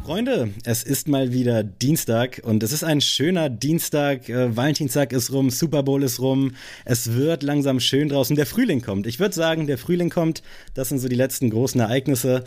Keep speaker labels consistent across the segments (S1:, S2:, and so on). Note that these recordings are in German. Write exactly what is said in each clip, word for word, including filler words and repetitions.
S1: Freunde, es ist mal wieder Dienstag und es ist ein schöner Dienstag. Äh, Valentinstag ist rum, Super Bowl ist rum. Es wird langsam schön draußen. Der Frühling kommt. Ich würde sagen, der Frühling kommt. Das sind so die letzten großen Ereignisse.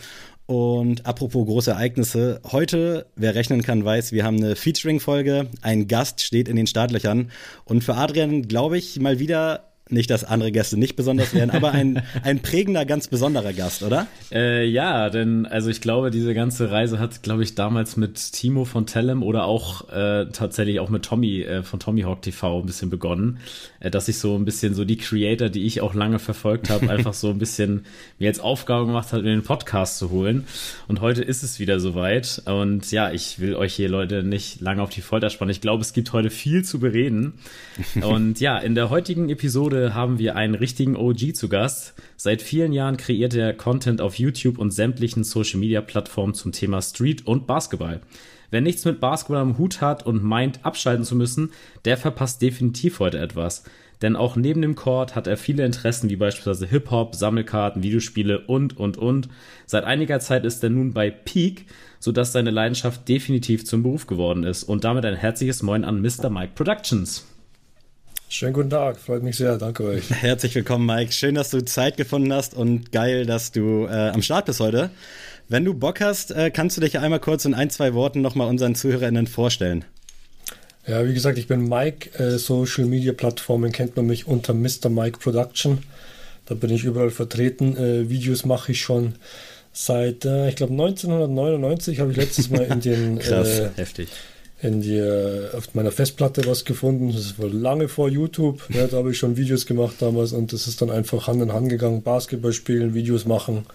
S1: Und apropos große Ereignisse, heute, wer rechnen kann, weiß, wir haben eine Featuring-Folge. Ein Gast steht in den Startlöchern. Und für Adrian, glaube ich, mal wieder... Nicht, dass andere Gäste nicht besonders wären, aber ein, ein prägender, ganz besonderer Gast, oder?
S2: Äh, ja, denn also ich glaube, diese ganze Reise hat, glaube ich, damals mit Timo von Tellem oder auch äh, tatsächlich auch mit Tommy äh, von Tommyhawk T V ein bisschen begonnen, äh, dass ich so ein bisschen so die Creator, die ich auch lange verfolgt habe, einfach so ein bisschen mir als Aufgabe gemacht habe, mir den Podcast zu holen. Und heute ist es wieder soweit. Und ja, ich will euch hier, Leute, nicht lange auf die Folter spannen. Ich glaube, es gibt heute viel zu bereden. Und ja, in der heutigen Episode haben wir einen richtigen O G zu Gast. Seit vielen Jahren kreiert er Content auf YouTube und sämtlichen Social-Media-Plattformen zum Thema Street und Basketball. Wer nichts mit Basketball am Hut hat und meint, abschalten zu müssen, der verpasst definitiv heute etwas. Denn auch neben dem Court hat er viele Interessen, wie beispielsweise Hip-Hop, Sammelkarten, Videospiele und, und, und. Seit einiger Zeit ist er nun bei Peak, sodass seine Leidenschaft definitiv zum Beruf geworden ist. Und damit ein herzliches Moin an Mister Mike Productions.
S3: Schönen guten Tag, freut mich sehr, danke euch.
S1: Herzlich willkommen, Mike. Schön, dass du Zeit gefunden hast und geil, dass du äh, am Start bist heute. Wenn du Bock hast, äh, kannst du dich ja einmal kurz in ein, zwei Worten nochmal unseren ZuhörerInnen vorstellen.
S3: Ja, wie gesagt, ich bin Mike. Äh, Social Media Plattformen kennt man mich unter Mister Mike Production. Da bin ich überall vertreten. Äh, Videos mache ich schon seit, äh, ich glaube, neunzehnhundertneunundneunzig habe ich letztes Mal in den...
S1: Krass,
S3: äh,
S1: heftig.
S3: in die, auf meiner Festplatte was gefunden. Das war lange vor YouTube. Ja, da habe ich schon Videos gemacht damals und das ist dann einfach Hand in Hand gegangen. Basketball spielen, Videos machen.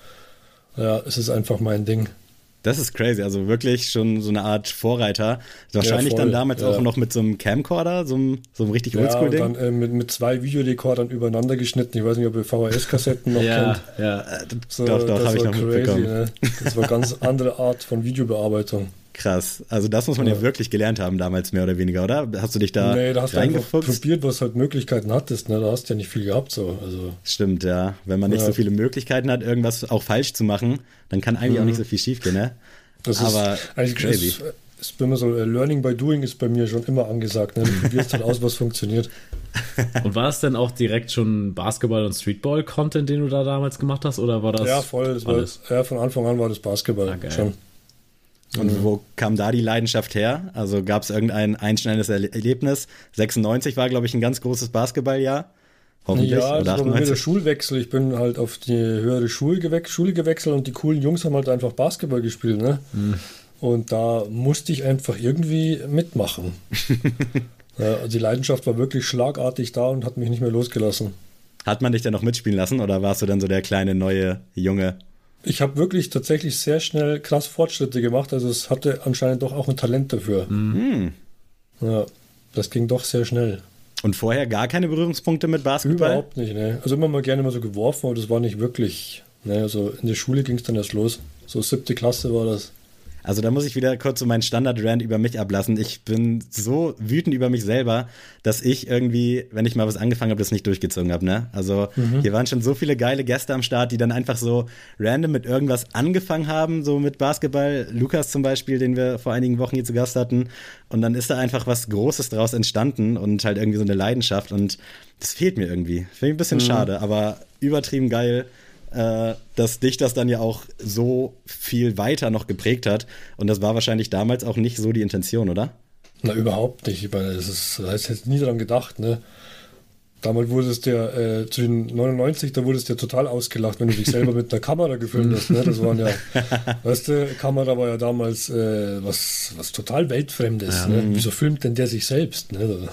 S3: Ja, es ist einfach mein Ding.
S1: Das ist crazy, also wirklich schon so eine Art Vorreiter. Wahrscheinlich
S3: ja, voll,
S1: dann damals
S3: ja.
S1: auch noch mit so einem Camcorder, so einem, so einem richtig Oldschool-Ding.
S3: Ja, und dann äh, mit, mit zwei Videorekordern übereinander geschnitten. Ich weiß nicht, ob ihr V H S-Kassetten noch
S2: ja,
S3: kennt.
S2: Ja,
S3: so,
S1: doch, doch, habe ich noch
S3: crazy,
S1: mitbekommen.
S3: Ne? Das war eine ganz andere Art von Videobearbeitung.
S1: Krass, also das muss man ja. ja wirklich gelernt haben damals, mehr oder weniger, oder? Hast du dich da
S3: Nee, da hast du einfach
S1: reingefuchst?
S3: probiert, was halt Möglichkeiten hattest, ne? Da hast du ja nicht viel gehabt, so. Also,
S1: stimmt, ja. Wenn man nicht
S3: ja.
S1: so viele Möglichkeiten hat, irgendwas auch falsch zu machen, dann kann eigentlich mhm. auch nicht so viel schief gehen, ne?
S3: Das
S1: Aber
S3: ist eigentlich
S1: crazy.
S3: Ist, ist immer so, Learning by Doing ist bei mir schon immer angesagt, ne? Du probierst halt aus, was funktioniert.
S2: Und war es denn auch direkt schon Basketball- und Streetball-Content, den du da damals gemacht hast, oder war das
S3: Ja, voll. Das war, ja, von Anfang an war das Basketball
S2: ah,
S3: schon.
S1: Und wo kam da die Leidenschaft her? Also gab es irgendein einschneidendes Erlebnis? sechsundneunzig war, glaube ich, ein ganz großes Basketballjahr. Hoffentlich.
S3: Ja, das
S1: oder
S3: war bei mir der
S1: achtundneunzig.
S3: Schulwechsel. Ich bin halt auf die höhere Schule, gewe- Schule gewechselt und die coolen Jungs haben halt einfach Basketball gespielt, ne? Mhm. Und da musste ich einfach irgendwie mitmachen. Ja, also die Leidenschaft war wirklich schlagartig da und hat mich nicht mehr losgelassen.
S1: Hat man dich dann noch mitspielen lassen oder warst du dann so der kleine, neue Junge?
S3: Ich habe wirklich tatsächlich sehr schnell krass Fortschritte gemacht. Also es hatte anscheinend doch auch ein Talent dafür.
S1: Mhm.
S3: Ja, das ging doch sehr schnell.
S1: Und vorher gar keine Berührungspunkte mit Basketball?
S3: Überhaupt nicht, ne. Also immer mal gerne mal so geworfen, aber das war nicht wirklich. Ne, also in der Schule ging es dann erst los. So siebte Klasse war das.
S1: Also da muss ich wieder kurz so meinen Standard-Rant über mich ablassen. Ich bin so wütend über mich selber, dass ich irgendwie, wenn ich mal was angefangen habe, das nicht durchgezogen habe, ne? Also mhm. hier waren schon so viele geile Gäste am Start, die dann einfach so random mit irgendwas angefangen haben, so mit Basketball. Lukas zum Beispiel, den wir vor einigen Wochen hier zu Gast hatten. Und dann ist da einfach was Großes draus entstanden und halt irgendwie so eine Leidenschaft. Und das fehlt mir irgendwie. Finde ich ein bisschen mhm. schade, aber übertrieben geil. Äh, dass dich das dann ja auch so viel weiter noch geprägt hat. Und das war wahrscheinlich damals auch nicht so die Intention, oder?
S3: Na, überhaupt nicht. Ich meine, das ist, da ist jetzt nie dran gedacht, ne? Damals wurde es der, äh, zu den neunundneunzig, da wurde es dir total ausgelacht, wenn du dich selber mit der Kamera gefilmt hast, ne? Das waren ja, weißt du, Kamera war ja damals äh, was, was total Weltfremdes, ja. Ne? Wieso filmt denn der sich selbst, ne?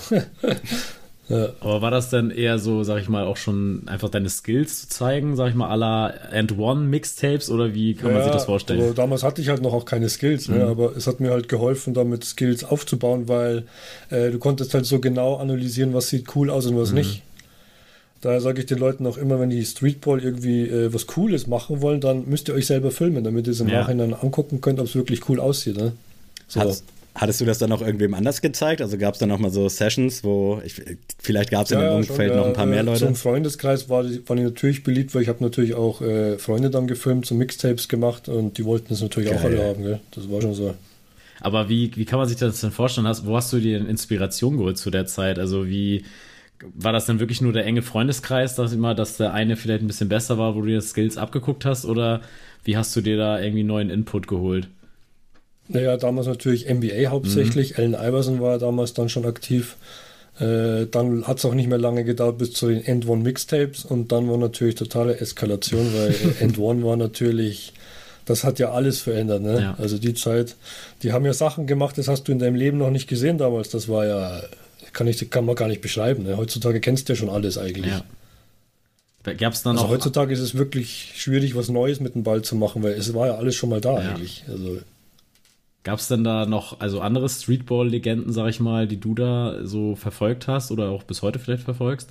S2: Ja. Aber war das denn eher so, sag ich mal, auch schon einfach deine Skills zu zeigen, sag ich mal, à la And One Mixtapes oder wie kann man
S3: ja,
S2: sich das vorstellen?
S3: Aber damals hatte ich halt noch auch keine Skills, mhm. ne? Aber es hat mir halt geholfen, damit Skills aufzubauen, weil äh, du konntest halt so genau analysieren, was sieht cool aus und was mhm. nicht. Daher sage ich den Leuten auch immer, wenn die Streetball irgendwie äh, was Cooles machen wollen, dann müsst ihr euch selber filmen, damit ihr es im
S2: ja.
S3: Nachhinein angucken könnt, ob es wirklich cool aussieht. Ne? So.
S1: Hast, Hattest du das dann noch irgendwem anders gezeigt? Also gab es dann noch mal so Sessions, wo, ich, vielleicht gab es in
S3: Ja,
S1: dem
S3: ja,
S1: Umfeld
S3: schon,
S1: noch
S3: ja,
S1: ein paar mehr
S3: äh,
S1: Leute?
S3: So im Freundeskreis war, die- waren die natürlich beliebt, weil ich habe natürlich auch äh, Freunde dann gefilmt, so Mixtapes gemacht und die wollten das natürlich auch
S1: Geil.
S3: alle haben, gell? Das war schon so.
S2: Aber wie, wie kann man sich das denn vorstellen? Hast, wo hast du dir denn Inspiration geholt zu der Zeit? Also wie war das denn wirklich nur der enge Freundeskreis, dass immer, dass der eine vielleicht ein bisschen besser war, wo du dir Skills abgeguckt hast? Oder wie hast du dir da irgendwie neuen Input geholt?
S3: Naja, damals natürlich N B A hauptsächlich.
S1: Mhm.
S3: Allen Iverson war damals dann schon aktiv. Äh, dann hat es auch nicht mehr lange gedauert bis zu den End One Mixtapes und dann war natürlich totale Eskalation, weil äh, End One war natürlich, das hat ja alles verändert. Ne?
S2: Ja.
S3: Also die Zeit, die haben ja Sachen gemacht, das hast du in deinem Leben noch nicht gesehen damals. Das war ja, kann, ich, kann man gar nicht beschreiben. Ne? Heutzutage kennst du ja schon alles eigentlich.
S2: Ja. Gab es dann
S3: Also
S2: auch.
S3: heutzutage ist es wirklich schwierig, was Neues mit dem Ball zu machen, weil es war ja alles schon mal da
S2: Ja.
S3: eigentlich. Also
S2: Gab es denn da noch, also andere Streetball-Legenden, sag ich mal, die du da so verfolgt hast oder auch bis heute vielleicht verfolgst?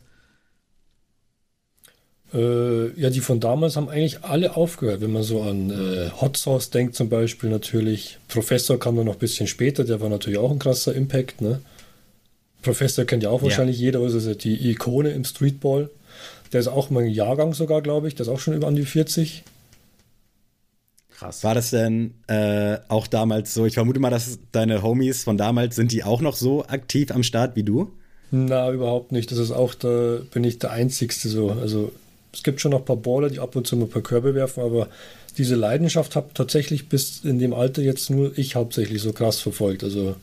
S3: Äh, ja, die von damals haben eigentlich alle aufgehört. Wenn man so an äh, Hot Sauce denkt zum Beispiel natürlich. Professor kam dann noch ein bisschen später, der war natürlich auch ein krasser Impact. Ne? Professor kennt ja auch
S2: Ja.
S3: wahrscheinlich jeder, also ist ja die Ikone im Streetball. Der ist auch mein Jahrgang sogar, glaube ich. Der ist auch schon über an die vierzig.
S2: Krass.
S1: War das denn äh, auch damals so, ich vermute mal, dass deine Homies von damals, sind die auch noch so aktiv am Start wie du?
S3: Na, überhaupt nicht. Das ist auch, da bin ich der Einzigste so. Also es gibt schon noch ein paar Baller, die ab und zu mal ein paar Körbe werfen, aber diese Leidenschaft habe tatsächlich bis in dem Alter jetzt nur ich hauptsächlich so krass verfolgt. Also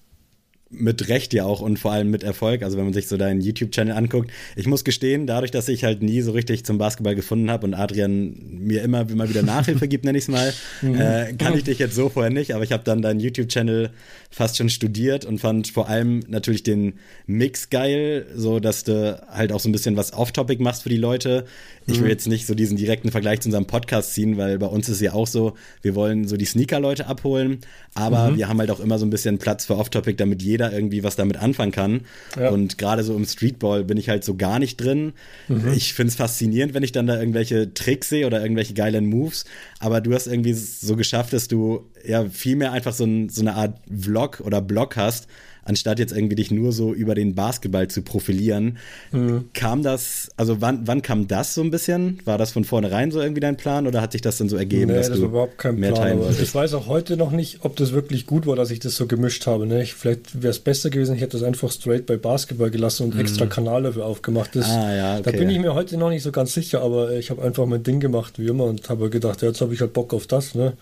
S1: Mit Recht ja auch und vor allem mit Erfolg. Also wenn man sich so deinen YouTube-Channel anguckt. Ich muss gestehen, dadurch, dass ich halt nie so richtig zum Basketball gefunden habe und Adrian mir immer, immer wieder Nachhilfe gibt, nenne ich es mal, äh, kann ich dich jetzt so vorher nicht. Aber ich habe dann deinen YouTube-Channel fast schon studiert und fand vor allem natürlich den Mix geil, so dass du halt auch so ein bisschen was Off-Topic machst für die Leute. Ich will jetzt nicht so diesen direkten Vergleich zu unserem Podcast ziehen, weil bei uns ist ja auch so, wir wollen so die Sneaker-Leute abholen, aber mhm. wir haben halt auch immer so ein bisschen Platz für Off-Topic, damit jeder irgendwie was damit anfangen kann. Ja. Und gerade so im Streetball bin ich halt so gar nicht drin. Mhm. Ich finde es faszinierend, wenn ich dann da irgendwelche Tricks sehe oder irgendwelche geilen Moves, aber du hast irgendwie so geschafft, dass du ja viel mehr einfach so, ein, so eine Art Vlog oder Blog hast, anstatt jetzt irgendwie dich nur so über den Basketball zu profilieren. Mhm. Kam das, also wann, wann kam das so ein bisschen? War das von vornherein so irgendwie dein Plan oder hat sich das dann so ergeben,
S3: nee,
S1: dass
S3: das
S1: du
S3: war überhaupt kein
S1: mehr
S3: Plan,
S1: teilen
S3: aber
S1: wolltest?
S3: ich weiß auch heute noch nicht, ob das wirklich gut war, dass ich das so gemischt habe. Ne? Ich, vielleicht wäre es besser gewesen, ich hätte das einfach straight bei Basketball gelassen und mhm. extra Kanal dafür aufgemacht. Das,
S1: ah, ja, okay.
S3: Da bin ich mir heute noch nicht so ganz sicher, aber ich habe einfach mein Ding gemacht, wie immer, und habe gedacht, ja, jetzt habe ich halt Bock auf das, ne?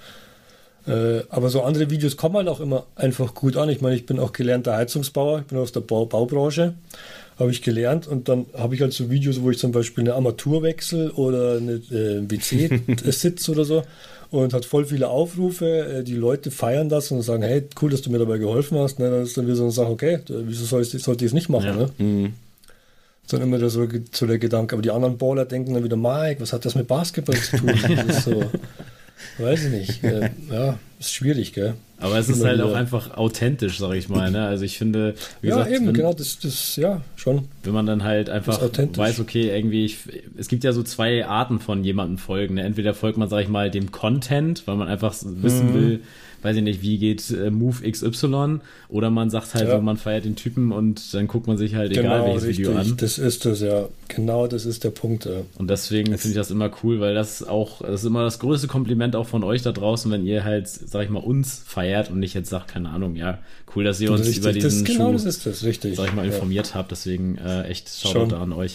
S3: Äh, aber so andere Videos kommen halt auch immer einfach gut an. Ich meine, ich bin auch gelernter Heizungsbauer, ich bin aus der Bau- Baubranche, habe ich gelernt und dann habe ich halt so Videos, wo ich zum Beispiel eine Armatur wechsle oder eine äh, W C-Sitz oder so und hat voll viele Aufrufe. Äh, die Leute feiern das und sagen, hey, cool, dass du mir dabei geholfen hast. Ne? Dann ist dann wieder so eine Sache, okay, wieso soll ich, sollte ich es nicht machen? Ja. Ne? Mhm. Dann immer so, so der Gedanke. Aber die anderen Baller denken dann wieder, Mike, was hat das mit Basketball zu tun? Das ist so... Weiß ich nicht. Äh, ja, ist schwierig, gell?
S2: Aber es ist halt auch einfach authentisch, sag ich mal. Ne? Also ich finde, wie
S3: ja,
S2: gesagt,
S3: eben,
S2: wenn,
S3: genau, das, das, ja, schon.
S2: Wenn man dann halt einfach weiß, okay, irgendwie, ich, es gibt ja so zwei Arten von jemandem folgen. Ne? Entweder folgt man, sag ich mal, dem Content, weil man einfach wissen mhm. will, weiß ich nicht, wie geht äh, Move X Y, oder man sagt halt
S3: ja.
S2: so, man feiert den Typen und dann guckt man sich halt
S3: genau,
S2: egal welches
S3: richtig.
S2: Video an.
S3: Das ist das, ja. Genau, das ist der Punkt. Ja.
S2: Und deswegen finde ich das immer cool, weil das auch, das ist immer das größte Kompliment auch von euch da draußen, wenn ihr halt, sag ich mal, uns feiert und nicht jetzt sagt, keine Ahnung, ja, cool, dass ihr uns
S3: richtig.
S2: über diesen
S3: das, genau,
S2: Schuh,
S3: das ist das, richtig.
S2: sag ich mal, informiert
S3: ja.
S2: habt. Deswegen äh, echt Shoutout an euch.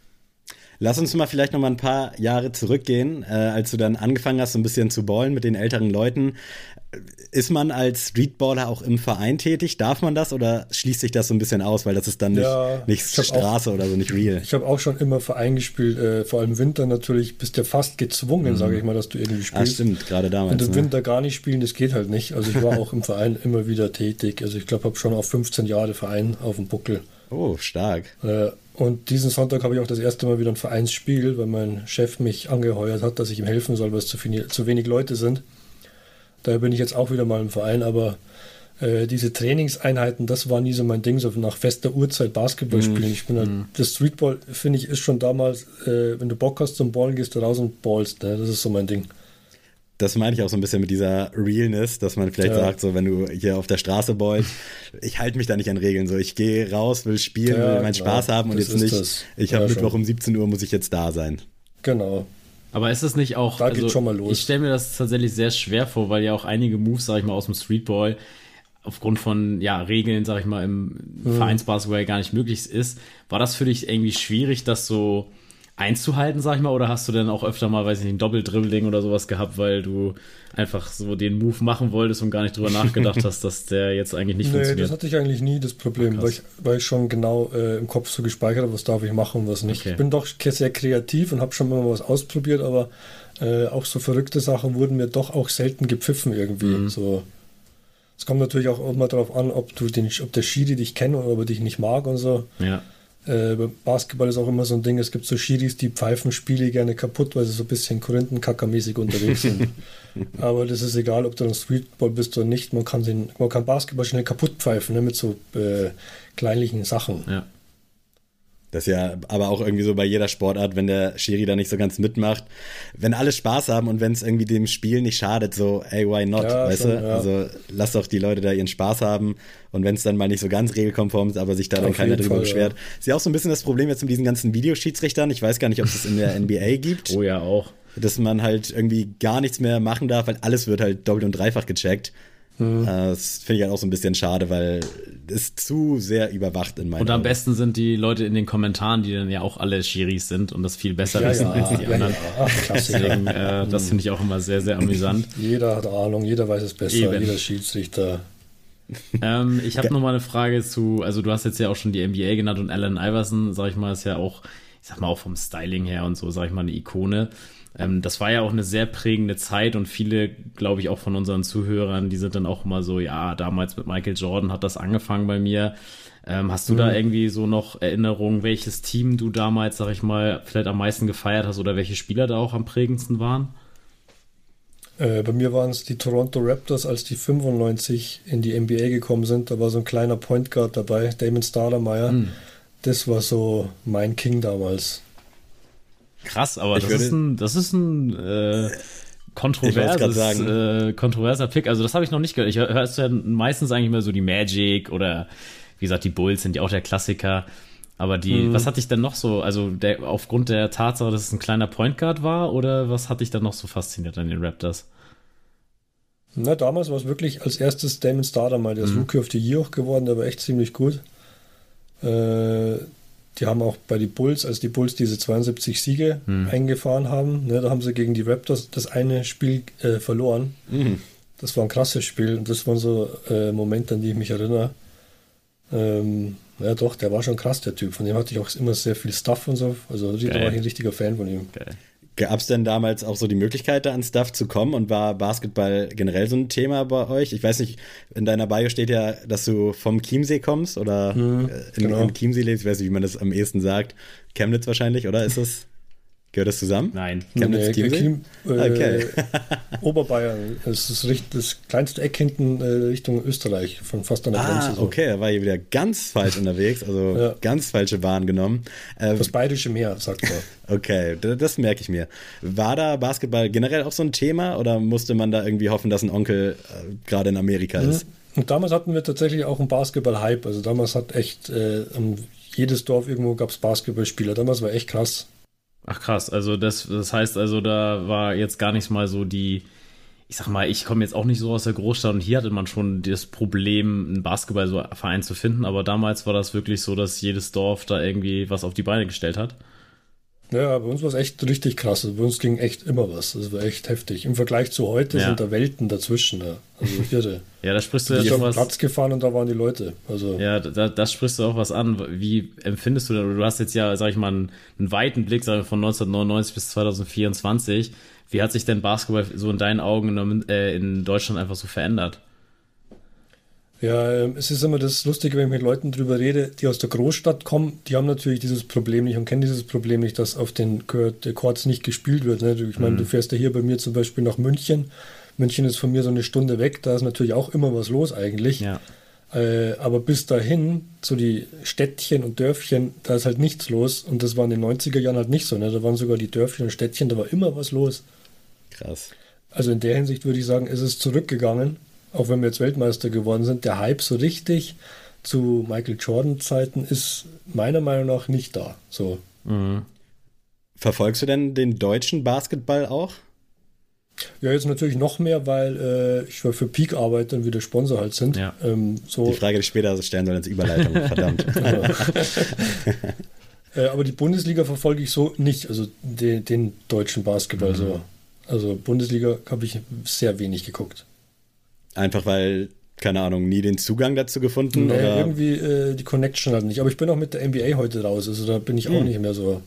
S1: Lass uns mal vielleicht noch mal ein paar Jahre zurückgehen, äh, als du dann angefangen hast, so ein bisschen zu ballen mit den älteren Leuten. Ist man als Streetballer auch im Verein tätig? Darf man das oder schließt sich das so ein bisschen aus, weil das ist dann nicht,
S3: ja,
S1: nicht Straße auch, oder so, nicht real?
S3: Ich habe auch schon immer Verein gespielt, äh, vor allem im Winter natürlich, bist du ja fast gezwungen, mhm. sage ich mal, dass du irgendwie spielst.
S1: Ah, stimmt, gerade damals.
S3: Und im
S1: ne?
S3: Winter gar nicht spielen, das geht halt nicht. Also ich war auch im Verein immer wieder tätig. Also ich glaube, habe schon auf fünfzehn Jahre Verein auf dem Buckel.
S1: Oh, stark.
S3: Äh, und diesen Sonntag habe ich auch das erste Mal wieder ein Vereinsspiel, weil mein Chef mich angeheuert hat, dass ich ihm helfen soll, weil es zu, viel, zu wenig Leute sind. Daher bin ich jetzt auch wieder mal im Verein, aber äh, diese Trainingseinheiten, das war nie so mein Ding, so nach fester Uhrzeit Basketball spielen. Mm. Ich bin halt, mm. das Streetball, finde ich, ist schon damals, äh, wenn du Bock hast zum Ballen, gehst du raus und ballst. Ne? Das ist so mein Ding.
S1: das meine ich auch so ein bisschen mit dieser Realness, dass man vielleicht ja. sagt, so wenn du hier auf der Straße ballst, ich halte mich da nicht an Regeln, so ich gehe raus, will spielen, ja, will meinen genau. Spaß haben und das jetzt nicht, das. ich habe ja, Mittwoch schon. um siebzehn Uhr muss ich jetzt da sein.
S3: Genau.
S2: Aber ist es nicht auch,
S3: da also, geht schon mal los.
S2: Ich stelle mir das tatsächlich sehr schwer vor, weil ja auch einige Moves, sag ich mal, aus dem Streetball aufgrund von ja, Regeln, sag ich mal, im mhm. Vereinsbasketball gar nicht möglich ist. War das für dich irgendwie schwierig, das so einzuhalten, sag ich mal, oder hast du dann auch öfter mal, weiß ich nicht, ein Doppeldribbling oder sowas gehabt, weil du einfach so den Move machen wolltest und gar nicht drüber nachgedacht hast, dass der jetzt eigentlich nicht nee, funktioniert? Nee,
S3: das hatte ich eigentlich nie, das Problem, oh, weil, ich, weil ich schon genau äh, im Kopf so gespeichert habe, was darf ich machen und was nicht. Okay. Ich bin doch sehr kreativ und habe schon mal was ausprobiert, aber äh, auch so verrückte Sachen wurden mir doch auch selten gepfiffen irgendwie. Mhm. So. Es kommt natürlich auch immer darauf an, ob du den, ob der Schiri dich kennt oder ob er dich nicht mag und so.
S2: Ja.
S3: Äh, Basketball ist auch immer so ein Ding, es gibt so Schiris, die pfeifen Spiele gerne kaputt, weil sie so ein bisschen Korinthenkackermäßig unterwegs sind. Aber das ist egal, ob du ein Streetball bist oder nicht, man kann, den, man kann Basketball schnell kaputt pfeifen, ne, mit so äh, kleinlichen Sachen.
S1: Ja. Das ist ja aber auch irgendwie so bei jeder Sportart, wenn der Schiri da nicht so ganz mitmacht. Wenn alle Spaß haben und wenn es irgendwie dem Spiel nicht schadet, so, ey, why not, ja, weißt schon, du? Ja. Also lass doch die Leute da ihren Spaß haben und wenn es dann mal nicht so ganz regelkonform ist, aber sich da dann Auf keiner drüber Fall, beschwert. Ja. Ist ja auch so ein bisschen das Problem jetzt mit diesen ganzen Videoschiedsrichtern. Ich weiß gar nicht, ob es das in der N B A gibt.
S2: Oh ja, auch.
S1: Dass man halt irgendwie gar nichts mehr machen darf, weil alles wird halt doppelt und dreifach gecheckt. Mhm. Das finde ich halt auch so ein bisschen schade, weil es zu sehr überwacht in meinen
S2: Und am
S1: Augen.
S2: besten sind die Leute in den Kommentaren, die dann ja auch alle Schiris sind und das viel besser
S3: ja,
S2: wissen
S3: ja,
S2: als die
S3: ja,
S2: anderen.
S3: Ja, Ach,
S2: Deswegen, äh, das finde ich auch immer sehr, sehr amüsant.
S3: Jeder hat Ahnung, jeder weiß es besser, Eben. jeder Schiedsrichter.
S2: ähm, ich habe noch mal eine Frage zu, also du hast jetzt ja auch schon die N B A genannt und Allen Iverson, sag ich mal, ist ja auch, ich sag mal auch vom Styling her und so, sag ich mal, eine Ikone. Ähm, das war ja auch eine sehr prägende Zeit und viele, glaube ich, auch von unseren Zuhörern, die sind dann auch immer so, ja, damals mit Michael Jordan hat das angefangen bei mir. Ähm, hast du mhm. da irgendwie so noch Erinnerungen, welches Team du damals, sag ich mal, vielleicht am meisten gefeiert hast oder welche Spieler da auch am prägendsten waren?
S3: Äh, bei mir waren es die Toronto Raptors, als die fünfundneunzig in die N B A gekommen sind. Da war so ein kleiner Point Guard dabei, Damon Stoudemire. Mhm. Das war so mein King damals.
S2: Krass, aber das ist, ein, das ist ein äh, kontroverses, äh, kontroverser Pick. Also das habe ich noch nicht gehört. Ich höre es ja meistens eigentlich immer so die Magic oder wie gesagt die Bulls sind ja auch der Klassiker. Aber die, mhm. was hat dich denn noch so, also der, aufgrund der Tatsache, dass es ein kleiner Point Guard war oder was hat dich dann noch so fasziniert an den Raptors?
S3: Na, damals war es wirklich als erstes Damon Stoudemire, der ist mhm. Rookie of the Year auch geworden, der war echt ziemlich gut. Äh, Die haben auch bei den Bulls, als die Bulls diese zweiundsiebzig Siege hm. eingefahren haben, ne, da haben sie gegen die Raptors das eine Spiel äh, verloren. Mhm. Das war ein krasses Spiel und das waren so äh, Momente, an die ich mich erinnere. Ähm, ja doch, der war schon krass, der Typ. Von dem hatte ich auch immer sehr viel Stuff und so. Also da war ich ein richtiger Fan von ihm.
S1: Geil. Gab es denn damals auch so die Möglichkeit, da an Stuff zu kommen und war Basketball generell so ein Thema bei euch? Ich weiß nicht, in deiner Bio steht ja, dass du vom Chiemsee kommst oder mhm, in, genau. in Chiemsee lebst. Ich weiß nicht, wie man das am ehesten sagt. Chemnitz wahrscheinlich, oder ist das? Gehört das zusammen?
S2: Nein.
S1: Chemnitz,
S3: nee,
S1: Chiemsee?
S3: Chiem, äh, okay. Oberbayern. Das ist das kleinste Eck hinten äh, Richtung Österreich, von fast an der
S1: ah,
S3: Grenze. So.
S1: Okay, er war hier wieder ganz falsch unterwegs, also ja. ganz falsche Bahn genommen.
S3: Äh, das Bayerische Meer, sagt er.
S1: Okay, das, das merke ich mir. War da Basketball generell auch so ein Thema oder musste man da irgendwie hoffen, dass ein Onkel äh, gerade in Amerika
S3: mhm.
S1: ist?
S3: Und damals hatten wir tatsächlich auch einen Basketball-Hype. Also damals hat echt, äh, um jedes Dorf irgendwo gab es Basketballspieler. Damals war echt krass.
S2: Ach krass, also das, das heißt also, da war jetzt gar nicht mal so die, ich sag mal, ich komme jetzt auch nicht so aus der Großstadt und hier hatte man schon das Problem, einen Basketballverein zu finden, aber damals war das wirklich so, dass jedes Dorf da irgendwie was auf die Beine gestellt hat.
S3: Ja, bei uns war es echt richtig krass. Also bei uns ging echt immer was. Das war echt heftig. Im Vergleich zu heute ja. sind da Welten dazwischen. Ja. Also irre.
S2: Ja, da sprichst du
S3: jetzt
S2: ja
S3: auf den
S2: was.
S3: Platz gefahren und da waren die Leute. Also
S2: ja, da, da sprichst du auch was an. Wie empfindest du denn? Du hast jetzt ja, sag ich mal, einen, einen weiten Blick, sag ich, von neunzehnhundertneunundneunzig bis zweitausendvierundzwanzig. Wie hat sich denn Basketball so in deinen Augen in, äh, in Deutschland einfach so verändert?
S3: Ja, es ist immer das Lustige, wenn ich mit Leuten drüber rede, die aus der Großstadt kommen, die haben natürlich dieses Problem nicht und kennen dieses Problem nicht, dass auf den Courts nicht gespielt wird. Ne? Ich meine, mhm. du fährst ja hier bei mir zum Beispiel nach München. München ist von mir so eine Stunde weg, da ist natürlich auch immer was los eigentlich.
S2: Ja.
S3: Äh, aber bis dahin, so die Städtchen und Dörfchen, da ist halt nichts los und das war in den neunziger Jahren halt nicht so. Ne? Da waren sogar die Dörfchen und Städtchen, da war immer was los.
S1: Krass.
S3: Also in der Hinsicht würde ich sagen, ist es zurückgegangen, auch wenn wir jetzt Weltmeister geworden sind. Der Hype so richtig zu Michael Jordan-Zeiten ist meiner Meinung nach nicht da. So.
S2: Mhm.
S1: Verfolgst du denn den deutschen Basketball auch?
S3: Ja, jetzt natürlich noch mehr, weil äh, ich für Peak arbeite und wir der Sponsor halt sind.
S2: Ja.
S3: Ähm, so.
S1: Die Frage, die ich später stellen soll, ins Überleitung, verdammt.
S3: äh, aber die Bundesliga verfolge ich so nicht, also den, den deutschen Basketball
S2: Mhm.
S3: so. Also Bundesliga habe ich sehr wenig geguckt.
S1: Einfach weil, keine Ahnung, nie den Zugang dazu gefunden?
S3: Nee,
S1: oder?
S3: irgendwie äh, die Connection halt nicht. Aber ich bin auch mit der N B A heute raus, also da bin ich auch
S1: Hm.
S3: nicht mehr so.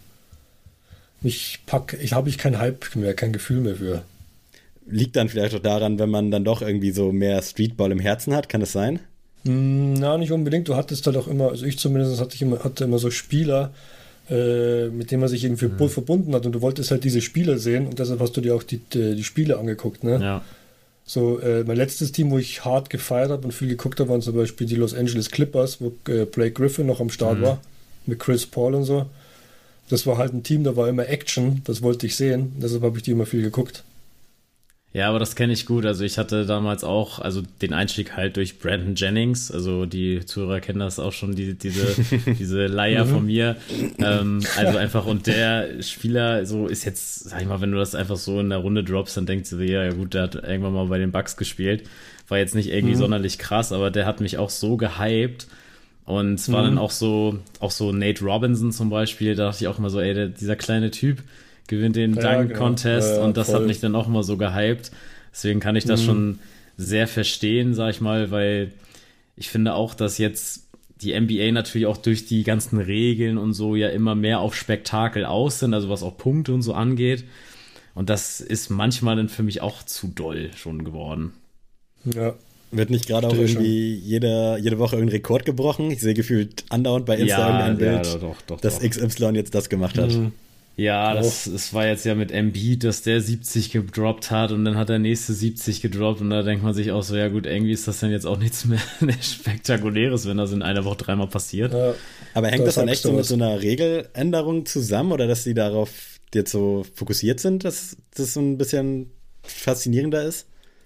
S3: Mich pack, ich habe ich kein Hype mehr, kein Gefühl mehr für.
S1: Liegt dann vielleicht auch daran, wenn man dann doch irgendwie so mehr Streetball im Herzen hat, kann das sein?
S3: Hm, na, nicht unbedingt. Du hattest halt auch immer, also ich zumindest hatte ich immer, hatte immer so Spieler, äh, mit denen man sich irgendwie
S2: Mhm.
S3: verbunden hat und du wolltest halt diese Spieler sehen und deshalb hast du dir auch die, die, die Spiele angeguckt, ne?
S2: Ja.
S3: So, äh, mein letztes Team, wo ich hart gefeiert habe und viel geguckt habe, waren zum Beispiel die Los Angeles Clippers, wo äh, Blake Griffin noch am Start
S2: Mhm.
S3: war, mit Chris Paul und so. Das war halt ein Team, da war immer Action, das wollte ich sehen, deshalb habe ich die immer viel geguckt.
S2: Ja, aber das kenne ich gut. Also ich hatte damals auch, also den Einstieg halt durch Brandon Jennings. Also die Zuhörer kennen das auch schon, die, diese, diese Leier von mir. Ähm, also einfach, und der Spieler so ist jetzt, sag ich mal, wenn du das einfach so in der Runde droppst, dann denkst du dir, ja gut, der hat irgendwann mal bei den Bucks gespielt. War jetzt nicht irgendwie
S3: Mhm.
S2: sonderlich krass, aber der hat mich auch so gehypt. Und es war
S3: Mhm.
S2: dann auch so, auch so Nate Robinson zum Beispiel, da dachte ich auch immer so, ey, der, dieser kleine Typ gewinnt den
S3: Ja,
S2: Dunk
S3: genau.
S2: Contest
S3: Ja, ja,
S2: und das
S3: voll.
S2: hat mich dann auch immer so gehypt. Deswegen kann ich das
S3: Mhm.
S2: schon sehr verstehen, sag ich mal, weil ich finde auch, dass jetzt die N B A natürlich auch durch die ganzen Regeln und so ja immer mehr auf Spektakel aus sind, also was auch Punkte und so angeht. Und das ist manchmal dann für mich auch zu doll schon geworden.
S3: Ja.
S1: Wird nicht gerade auch
S3: Verstehe
S1: irgendwie jede, jede Woche irgendein Rekord gebrochen? Ich sehe gefühlt andauernd bei Insta irgendein Bild,
S2: ja, doch, doch,
S1: dass
S2: doch.
S1: X Y jetzt das gemacht hat.
S3: Mhm.
S2: Ja, das, das war jetzt ja mit Embiid, dass der siebzig gedroppt hat und dann hat der nächste siebzig gedroppt und da denkt man sich auch so, ja gut, irgendwie ist das dann jetzt auch nichts mehr Spektakuläres, wenn das in einer Woche dreimal passiert.
S3: Ja.
S1: Aber hängt
S3: Da
S1: das dann
S3: sagst
S1: echt
S3: du
S1: so mit
S3: was.
S1: so einer Regeländerung zusammen oder dass sie darauf jetzt so fokussiert sind, dass das so ein bisschen faszinierender ist?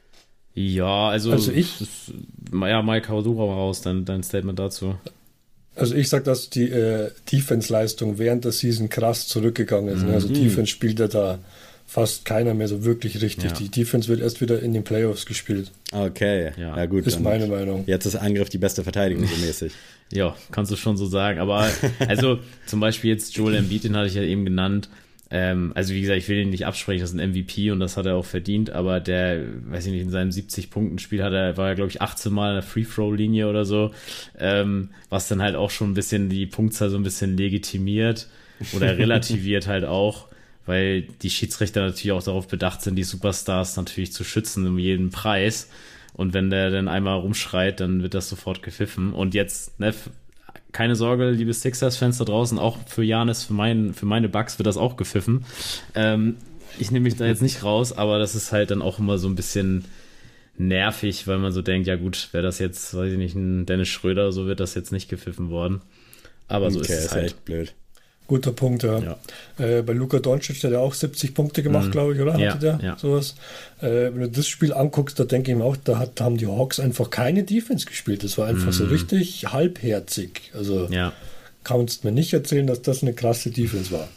S2: Ja, also,
S3: Also ich-
S2: das, ja, Mike, hau du mal raus, dein, dein Statement dazu.
S3: Also ich sag, dass die äh, Defense-Leistung während der Season krass zurückgegangen ist. Ne? Also
S1: Mhm.
S3: Defense spielt ja da fast keiner mehr so wirklich richtig.
S2: Ja.
S3: Die Defense wird erst wieder in den Playoffs gespielt.
S1: Okay, ja,
S2: Ja,
S1: gut.
S3: Ist
S1: und
S3: meine Meinung.
S1: Jetzt ist Angriff die beste Verteidigung so mäßig.
S2: Ja, kannst du schon so sagen. Aber also zum Beispiel jetzt Joel Embiid, den hatte ich ja eben genannt. Ähm, also wie gesagt, ich will ihn nicht absprechen, das ist ein M V P und das hat er auch verdient, aber der, weiß ich nicht, in seinem siebzig-Punkten-Spiel hat er, war er, glaube ich, achtzehn Mal in der Free-Throw-Linie oder so, ähm, was dann halt auch schon ein bisschen die Punktzahl so ein bisschen legitimiert oder relativiert halt auch, weil die Schiedsrichter natürlich auch darauf bedacht sind, die Superstars natürlich zu schützen um jeden Preis. Und wenn der dann einmal rumschreit, dann wird das sofort gepfiffen. Und jetzt, ne, keine Sorge, liebe Sixers-Fans da draußen, auch für Giannis, für, mein, für meine Bucks wird das auch gepfiffen. Ähm, ich nehme mich da jetzt nicht raus, aber das ist halt dann auch immer so ein bisschen nervig, weil man so denkt, ja gut, wäre das jetzt, weiß ich nicht, ein Dennis Schröder, so wird das jetzt nicht gepfiffen worden. Aber so
S1: Okay,
S2: ist es
S1: ist
S2: halt.
S1: echt blöd.
S3: Guter Punkt, ja.
S2: Ja.
S3: Äh, bei Luka Doncic hat er auch siebzig Punkte gemacht,
S2: Mhm.
S3: glaube ich, oder?
S2: Ja,
S3: Hatte der?
S2: ja.
S3: Sowas. Äh, wenn du das Spiel anguckst, da denke ich mir auch, da hat, haben die Hawks einfach keine Defense gespielt. Das war einfach so
S2: Mhm.
S3: richtig halbherzig. Also
S2: Ja.
S3: kannst mir nicht erzählen, dass das eine krasse Defense war.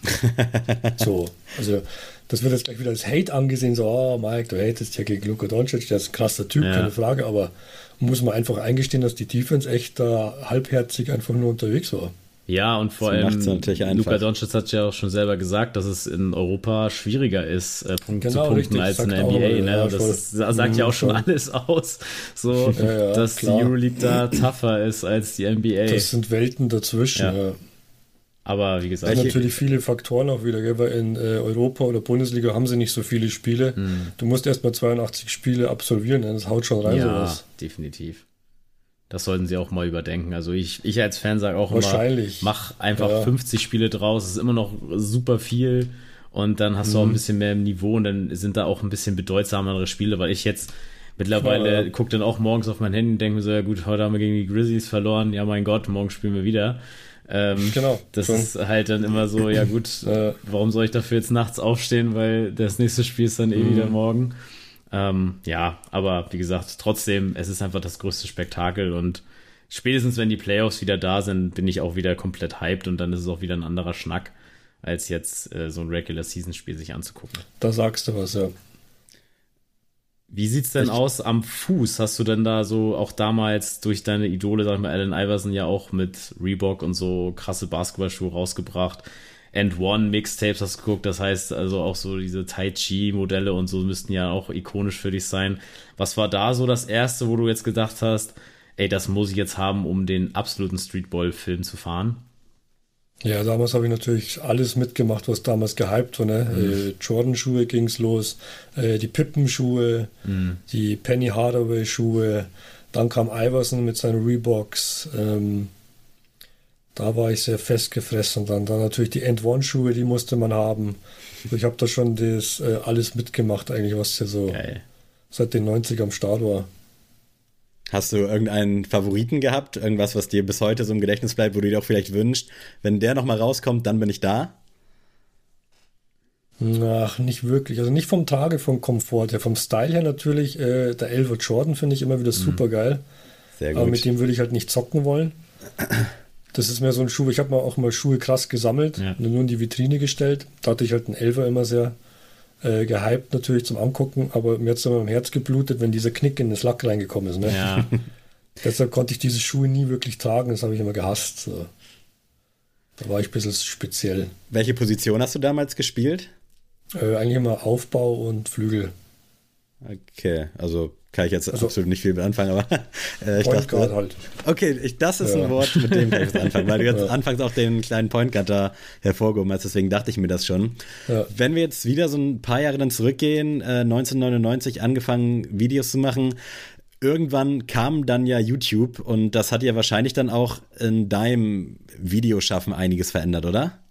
S3: So, also das wird jetzt gleich wieder als Hate angesehen, so, oh Mike, du hatest ja gegen Luka Doncic, der ist ein krasser Typ,
S2: Ja.
S3: keine Frage, aber muss man einfach eingestehen, dass die Defense echt da halbherzig einfach nur unterwegs war.
S2: Ja, und vor
S1: Das
S2: allem,
S1: macht's natürlich einfach.
S2: Luka Doncic hat ja auch schon selber gesagt, dass es in Europa schwieriger ist, äh, Punkt
S3: Genau,
S2: zu punkten
S3: richtig,
S2: als in
S3: sagt
S2: der
S3: auch,
S2: N B A.
S3: ja,
S2: Ne? Und das
S3: voll.
S2: ist, das sagt ja auch schon
S3: Mhm, voll.
S2: alles aus, so,
S3: Ja, ja,
S2: dass
S3: klar.
S2: die Euroleague da tougher ist als die N B A.
S3: Das sind Welten dazwischen.
S2: Ja.
S3: Ja.
S2: Aber wie
S3: Das
S2: gesagt,
S3: sind natürlich viele Faktoren auch wieder, gell? Weil in äh, Europa oder Bundesliga haben sie nicht so viele Spiele.
S2: hm,
S3: Du musst erstmal zweiundachtzig Spiele absolvieren, ne? Das haut schon rein,
S2: ja,
S3: sowas.
S2: definitiv. Das sollten sie auch mal überdenken. Also ich, ich als Fan sage auch immer,
S3: Wahrscheinlich.
S2: mach einfach
S3: Ja.
S2: fünfzig Spiele draus, das ist immer noch super viel und dann hast du auch
S3: Mhm.
S2: ein bisschen mehr im Niveau und dann sind da auch ein bisschen bedeutsamere Spiele, weil ich jetzt mittlerweile
S3: Ja, ja.
S2: gucke dann auch morgens auf mein Handy und denke mir so, ja gut, heute haben wir gegen die Grizzlies verloren, ja mein Gott, morgen spielen wir wieder. Ähm,
S3: Genau,
S2: Das
S3: schon.
S2: ist halt dann immer so, ja gut,
S3: Ja.
S2: warum soll ich dafür jetzt nachts aufstehen, weil das nächste Spiel ist dann eh
S3: Mhm.
S2: wieder morgen. Ähm, ja, aber wie gesagt, trotzdem, es ist einfach das größte Spektakel und spätestens wenn die Playoffs wieder da sind, bin ich auch wieder komplett hyped und dann ist es auch wieder ein anderer Schnack, als jetzt äh, so ein Regular-Season-Spiel sich anzugucken.
S3: Da sagst du was, ja.
S2: Wie sieht's denn ich, aus am Fuß? Hast du denn da so auch damals durch deine Idole, sag ich mal, Allen Iverson ja auch mit Reebok und so krasse Basketballschuhe rausgebracht? And One Mixtapes hast du geguckt, das heißt also auch so diese Tai Chi Modelle und so müssten ja auch ikonisch für dich sein. Was war da so das erste, wo du jetzt gedacht hast, ey, das muss ich jetzt haben, um den absoluten Streetball-Film zu fahren?
S3: Ja, damals habe ich natürlich alles mitgemacht, was damals gehypt war. Ne? Mhm. Äh, Jordan-Schuhe ging's los, äh, die Pippen-Schuhe, mhm. die Penny Hardaway-Schuhe, dann kam Iverson mit seinen Reeboks, ähm, da war ich sehr festgefressen. Dann, dann natürlich die End One-Schuhe, die musste man haben. Ich habe da schon das äh, alles mitgemacht, eigentlich, was hier so Geil. Seit den neunzigern am Start war.
S1: Hast du irgendeinen Favoriten gehabt? Irgendwas, was dir bis heute so im Gedächtnis bleibt, wo du dir auch vielleicht wünschst, wenn der nochmal rauskommt, dann bin ich da?
S3: Ach, nicht wirklich. Also nicht vom Tage, vom Komfort. Ja, vom Style her natürlich. Äh, der Elver Jordan finde ich immer wieder super geil. Sehr gut. Aber mit dem würde ich halt nicht zocken wollen. Das ist mehr so ein Schuh. Ich habe mir auch mal Schuhe krass gesammelt ja. und nur in die Vitrine gestellt. Da hatte ich halt einen Elfer immer sehr äh, gehypt natürlich zum Angucken. Aber mir hat es immer im Herz geblutet, wenn dieser Knick in das Lack reingekommen ist. Ne?
S2: Ja.
S3: Deshalb konnte ich diese Schuhe nie wirklich tragen. Das habe ich immer gehasst. So. Da war ich ein bisschen speziell.
S1: Welche Position hast du damals gespielt?
S3: Äh, eigentlich immer Aufbau und Flügel.
S1: Okay, also kann ich jetzt also, absolut nicht viel mit anfangen, aber äh, ich
S3: Point
S1: dachte,
S3: Guard halt.
S1: Okay, ich, das ist ja. ein Wort, mit dem kann ich was anfangen, weil du jetzt ja. anfangs auch den kleinen Point Guard da hervorgehoben hast, deswegen dachte ich mir das schon. Ja. Wenn wir jetzt wieder so ein paar Jahre dann zurückgehen, äh, neunzehnhundertneunundneunzig angefangen Videos zu machen, irgendwann kam dann ja YouTube und das hat ja wahrscheinlich dann auch in deinem Videoschaffen einiges verändert, oder?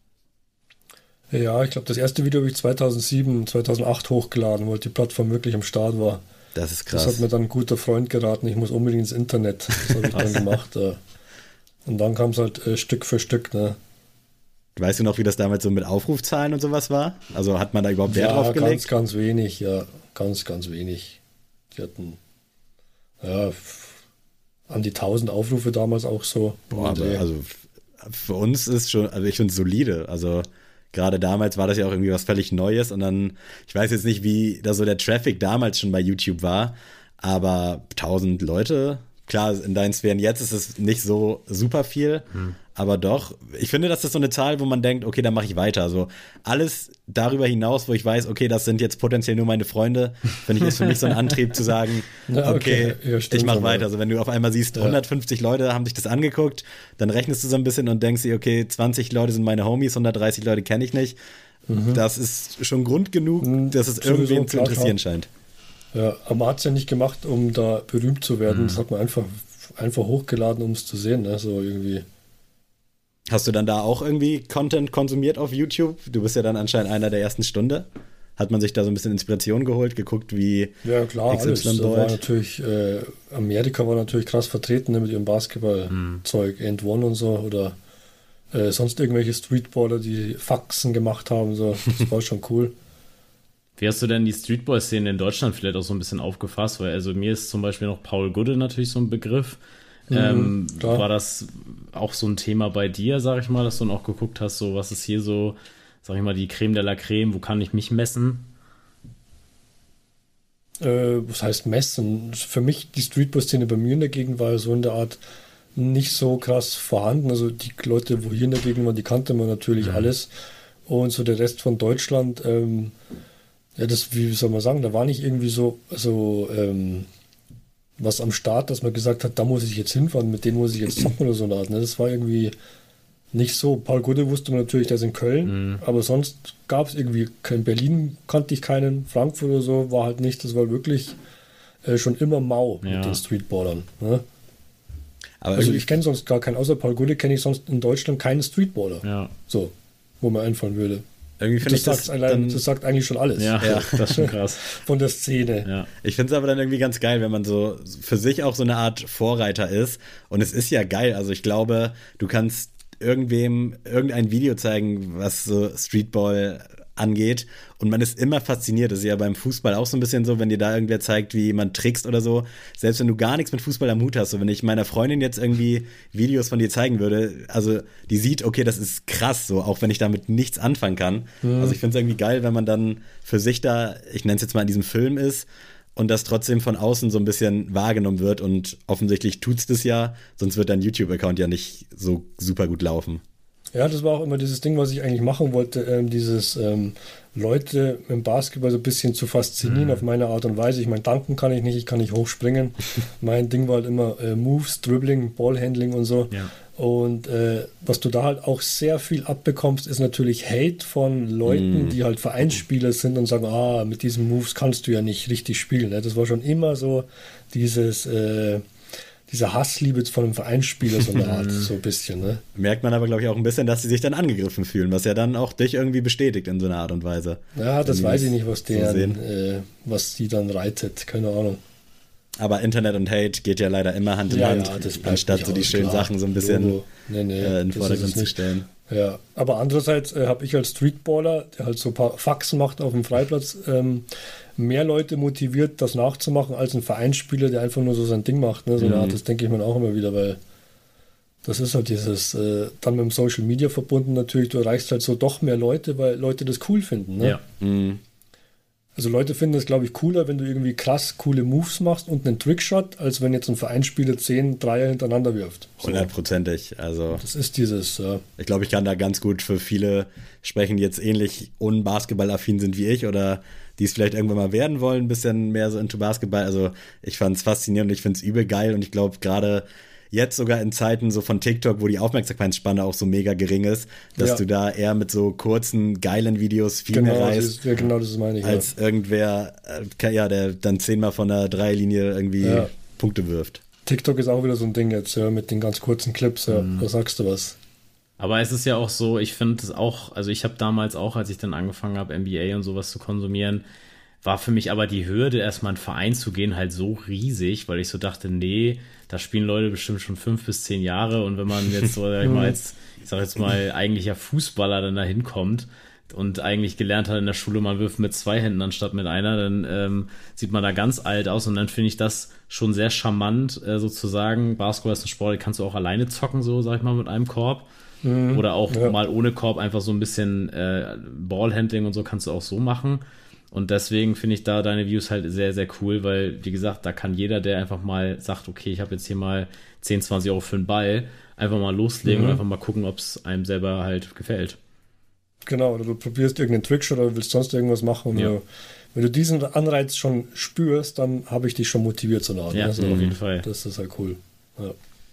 S3: Ja, ich glaube, das erste Video habe ich zweitausendsieben, zweitausendacht hochgeladen, weil die Plattform wirklich am Start war.
S1: Das ist krass.
S3: Das hat mir dann ein guter Freund geraten, ich muss unbedingt ins Internet. Das habe ich dann gemacht. Äh. Und dann kam es halt äh, Stück für Stück. Ne?
S1: Weißt du noch, wie das damals so mit Aufrufzahlen und sowas war? Also hat man da überhaupt Wert
S3: ja,
S1: drauf gelegt?
S3: Ganz, ganz wenig, ja. Ganz, ganz wenig. Die hatten ja an die tausend Aufrufe damals auch so.
S1: Boah, aber also für uns ist schon, also ich finde es solide. Also gerade damals war das ja auch irgendwie was völlig Neues und dann, ich weiß jetzt nicht, wie da so der Traffic damals schon bei YouTube war, aber tausend Leute, klar, in deinen Sphären jetzt ist es nicht so super viel, hm. aber doch, ich finde, das ist so eine Zahl, wo man denkt, okay, dann mache ich weiter. Also alles darüber hinaus, wo ich weiß, okay, das sind jetzt potenziell nur meine Freunde, finde ich, ist für mich so ein Antrieb zu sagen, ja, okay, okay. Ja, ich mache weiter. Also wenn du auf einmal siehst, ja. hundertfünfzig Leute haben sich das angeguckt, dann rechnest du so ein bisschen und denkst dir, okay, zwanzig Leute sind meine Homies, hundertdreißig Leute kenne ich nicht. Mhm. Das ist schon Grund genug, dass es irgendwen zu interessieren klar. scheint.
S3: Ja, aber man hat es ja nicht gemacht, um da berühmt zu werden. Mhm. Das hat man einfach, einfach hochgeladen, um es zu sehen, ne? So irgendwie.
S1: Hast du dann da auch irgendwie Content konsumiert auf YouTube? Du bist ja dann anscheinend einer der ersten Stunde. Hat man sich da so ein bisschen Inspiration geholt, geguckt, wie
S3: ja, klar, X Y alles. War natürlich, äh, Amerika war natürlich krass vertreten, ne, mit ihrem Basketball-Zeug, mhm. End One und so, oder äh, sonst irgendwelche Streetballer, die Faxen gemacht haben, so. Das war schon cool.
S2: Wie hast du denn die Streetball-Szene in Deutschland vielleicht auch so ein bisschen aufgefasst? Weil also mir ist zum Beispiel noch Paul Gudde natürlich so ein Begriff. Mhm, ähm, war das auch so ein Thema bei dir, sag ich mal, dass du dann auch geguckt hast, so was ist hier so, sag ich mal, die Creme de la Creme, wo kann ich mich messen?
S3: Äh, was heißt messen? Für mich, die Streetball-Szene bei mir in der Gegend war so in der Art nicht so krass vorhanden. Also die Leute, wo hier in der Gegend waren, die kannte man natürlich mhm. alles. Und so der Rest von Deutschland, ähm, ja, das, wie soll man sagen, da war nicht irgendwie so, so ähm, was am Start, dass man gesagt hat, da muss ich jetzt hinfahren, mit denen muss ich jetzt zocken oder so eine Art. Ne? Das war irgendwie nicht so. Paul Gudde wusste man natürlich, der ist in Köln, mhm. aber sonst gab es irgendwie kein Berlin, kannte ich keinen, Frankfurt oder so, war halt nicht, das war wirklich äh, schon immer mau ja. mit den Streetballern. Ne? Aber also ich kenne sonst gar keinen, außer Paul Gudde kenne ich sonst in Deutschland keinen Streetballer.
S2: Ja.
S3: So, wo mir einfallen würde.
S1: Irgendwie das,
S3: ich das, allein, das sagt eigentlich schon alles.
S2: Ja, ja. Das ist schon krass.
S3: Von der Szene.
S1: Ja. Ich finde es aber dann irgendwie ganz geil, wenn man so für sich auch so eine Art Vorreiter ist. Und es ist ja geil. Also ich glaube, du kannst irgendwem irgendein Video zeigen, was so Streetball angeht und man ist immer fasziniert. Das ist ja beim Fußball auch so ein bisschen so, wenn dir da irgendwer zeigt, wie jemand trickst oder so, selbst wenn du gar nichts mit Fußball am Hut hast, so wenn ich meiner Freundin jetzt irgendwie Videos von dir zeigen würde, also die sieht, okay, das ist krass, so auch wenn ich damit nichts anfangen kann. Mhm. Also ich finde es irgendwie geil, wenn man dann für sich da, ich nenne es jetzt mal in diesem Film ist, und das trotzdem von außen so ein bisschen wahrgenommen wird und offensichtlich tut's das ja, sonst wird dein YouTube-Account ja nicht so super gut laufen.
S3: Ja, das war auch immer dieses Ding, was ich eigentlich machen wollte, ähm, dieses ähm, Leute im Basketball so ein bisschen zu faszinieren mhm. auf meine Art und Weise. Ich meine, danken kann ich nicht, ich kann nicht hochspringen. Mein Ding war halt immer äh, Moves, Dribbling, Ballhandling und so. Ja. Und äh, was du da halt auch sehr viel abbekommst, ist natürlich Hate von Leuten, mm. die halt Vereinsspieler sind und sagen, ah, mit diesen Moves kannst du ja nicht richtig spielen. Ne? Das war schon immer so dieses, äh, diese Hassliebe von einem Vereinsspieler, so eine Art, so ein bisschen. Ne?
S1: Merkt man aber, glaube ich, auch ein bisschen, dass sie sich dann angegriffen fühlen, was ja dann auch dich irgendwie bestätigt in so einer Art und Weise.
S3: Ja, das weiß ich nicht, was der, so äh, was die dann reitet, keine Ahnung.
S1: Aber Internet und Hate geht ja leider immer Hand in
S3: ja,
S1: Hand,
S3: ja,
S1: anstatt so die schönen klar. Sachen so ein bisschen nee, nee, äh, in den Vordergrund zu stellen.
S3: Ja, aber andererseits äh, habe ich als Streetballer, der halt so ein paar Faxen macht auf dem Freiplatz, ähm, mehr Leute motiviert, das nachzumachen, als ein Vereinsspieler, der einfach nur so sein Ding macht. Ne? So mhm. eine Art, das denke ich mir auch immer wieder, weil das ist halt dieses, äh, dann mit dem Social Media verbunden natürlich, du erreichst halt so doch mehr Leute, weil Leute das cool finden. Ne? Ja. Mhm. Also Leute finden es, glaube ich, cooler, wenn du irgendwie krass coole Moves machst und einen Trickshot, als wenn jetzt ein Vereinsspieler zehn Dreier hintereinander wirft.
S1: So. Hundertprozentig. Also
S3: das ist dieses. Ja.
S1: Ich glaube, ich kann da ganz gut für viele sprechen, die jetzt ähnlich unbasketballaffin sind wie ich oder die es vielleicht irgendwann mal werden wollen, ein bisschen mehr so into Basketball. Also ich fand es faszinierend und ich finde es übel geil und ich glaube gerade jetzt sogar in Zeiten so von TikTok, wo die Aufmerksamkeitsspanne auch so mega gering ist, dass ja. du da eher mit so kurzen, geilen Videos viel
S3: genau,
S1: mehr reißt,
S3: das ist, ja, genau das meine ich,
S1: als ja. irgendwer, äh, ja, der dann zehnmal von der Dreierlinie irgendwie ja. Punkte wirft.
S3: TikTok ist auch wieder so ein Ding jetzt, ja, mit den ganz kurzen Clips, ja, mhm. da sagst du was.
S2: Aber es ist ja auch so, ich finde es auch, also ich habe damals auch, als ich dann angefangen habe, N B A und sowas zu konsumieren, war für mich aber die Hürde, erstmal in einen Verein zu gehen, halt so riesig, weil ich so dachte, nee, da spielen Leute bestimmt schon fünf bis zehn Jahre und wenn man jetzt so, sag ich mal, als, ich sag jetzt mal, eigentlicher Fußballer dann da hinkommt und eigentlich gelernt hat in der Schule, man wirft mit zwei Händen anstatt mit einer, dann ähm, sieht man da ganz alt aus und dann finde ich das schon sehr charmant, äh, sozusagen. Basketball ist ein Sport, den kannst du auch alleine zocken, so, sag ich mal, mit einem Korb. Mhm, oder auch ja. mal ohne Korb einfach so ein bisschen äh, Ballhandling und so kannst du auch so machen. Und deswegen finde ich da deine Views halt sehr, sehr cool, weil, wie gesagt, da kann jeder, der einfach mal sagt, okay, ich habe jetzt hier mal zehn, zwanzig Euro für einen Ball, einfach mal loslegen mhm. und einfach mal gucken, ob es einem selber halt gefällt.
S3: Genau, oder du probierst irgendeinen Trickshot oder willst sonst irgendwas machen. Und ja. du, wenn du diesen Anreiz schon spürst, dann habe ich dich schon motiviert so nah.
S2: Ja, also, auf jeden Fall.
S3: Das ist halt cool. Ja.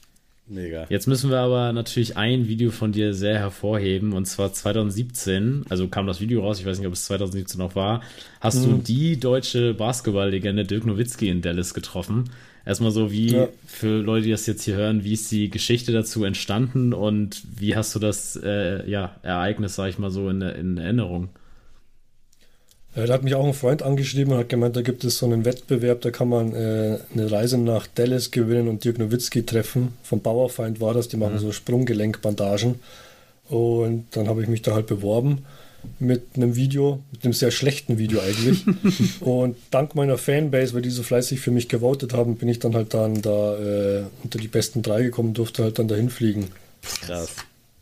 S1: Mega.
S2: Jetzt müssen wir aber natürlich ein Video von dir sehr hervorheben und zwar zwanzig siebzehn, also kam das Video raus, ich weiß nicht, ob es zwanzig siebzehn noch war, hast mhm. du die deutsche Basketball-Legende Dirk Nowitzki in Dallas getroffen. Erstmal so, wie ja. für Leute, die das jetzt hier hören, wie ist die Geschichte dazu entstanden und wie hast du das äh, ja, Ereignis, sag ich mal so, in, in Erinnerung?
S3: Ja, da hat mich auch ein Freund angeschrieben und hat gemeint, da gibt es so einen Wettbewerb, da kann man äh, eine Reise nach Dallas gewinnen und Dirk Nowitzki treffen. Vom Bauerfeind war das, die machen mhm. so Sprunggelenkbandagen. Und dann habe ich mich da halt beworben mit einem Video, mit einem sehr schlechten Video eigentlich. Und dank meiner Fanbase, weil die so fleißig für mich gewotet haben, bin ich dann halt dann da äh, unter die besten drei gekommen, durfte halt dann dahin fliegen.
S1: Krass.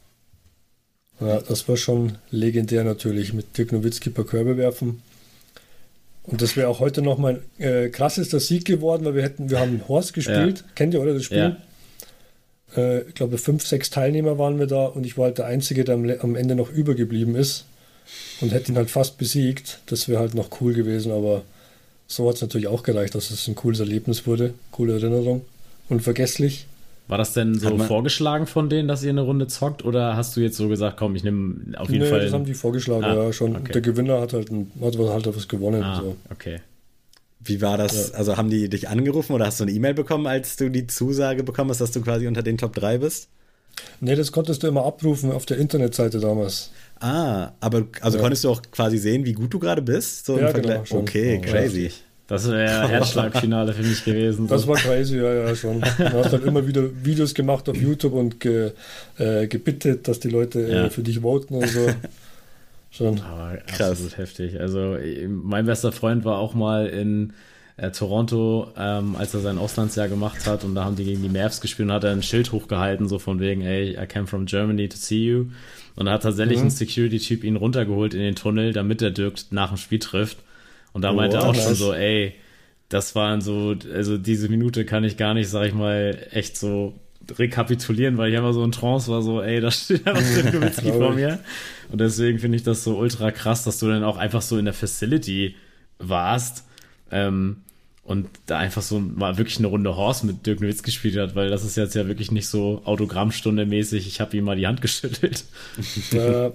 S3: Ja, das war schon legendär natürlich, mit Dirk Nowitzki ein paar Körbe werfen. Und das wäre auch heute noch mein äh, krassester Sieg geworden, weil wir hätten, wir haben Horst gespielt. Ja. Kennt ihr, oder, das Spiel? Ja. Äh, ich glaube, fünf, sechs Teilnehmer waren wir da und ich war halt der Einzige, der am, am Ende noch übergeblieben ist und hätte ihn halt fast besiegt. Das wäre halt noch cool gewesen, aber so hat es natürlich auch gereicht, dass es ein cooles Erlebnis wurde. Coole Erinnerung. Unvergesslich.
S2: War das denn so vorgeschlagen von denen, dass ihr eine Runde zockt oder hast du jetzt so gesagt, komm, ich nehme auf jeden
S3: nee,
S2: Fall...
S3: das haben die vorgeschlagen, ah, ja schon. Okay. Der Gewinner hat halt, ein, hat halt was gewonnen.
S2: Ah,
S3: so.
S2: Okay.
S1: Wie war das? Ja. Also haben die dich angerufen oder hast du eine E-Mail bekommen, als du die Zusage bekommen hast, dass du quasi unter den Top drei bist?
S3: Nee, das konntest du immer abrufen auf der Internetseite damals.
S1: Ah, aber also ja. konntest du auch quasi sehen, wie gut du gerade bist? So
S3: ja,
S1: im
S3: genau. Schon.
S1: Okay,
S3: ja.
S1: crazy.
S2: Das wäre Herzschlagfinale für mich gewesen.
S3: So. Das war crazy, ja, ja, schon. Man hat halt immer wieder Videos gemacht auf YouTube und ge, äh, gebittet, dass die Leute
S2: ja.
S3: äh, für dich voten und so. Schon.
S2: Aber krass. Absolut heftig. Also mein bester Freund war auch mal in äh, Toronto, ähm, als er sein Auslandsjahr gemacht hat und da haben die gegen die Mavs gespielt und hat er ein Schild hochgehalten, so von wegen, ey, I came from Germany to see you. Und da hat tatsächlich mhm. ein Security-Typ ihn runtergeholt in den Tunnel, damit der Dirk nach dem Spiel trifft. Und da oh, meinte er auch nice. schon so, ey, das waren so, also diese Minute kann ich gar nicht, sag ich mal, echt so rekapitulieren, weil ich einfach so in Trance war, so, ey, da steht einfach Dirk Nowitzki vor mir. Und deswegen finde ich das so ultra krass, dass du dann auch einfach so in der Facility warst ähm, und da einfach so mal wirklich eine Runde Horse mit Dirk Nowitzki gespielt hat, weil das ist jetzt ja wirklich nicht so Autogrammstunde mäßig, ich habe ihm mal die Hand geschüttelt.
S3: Ja,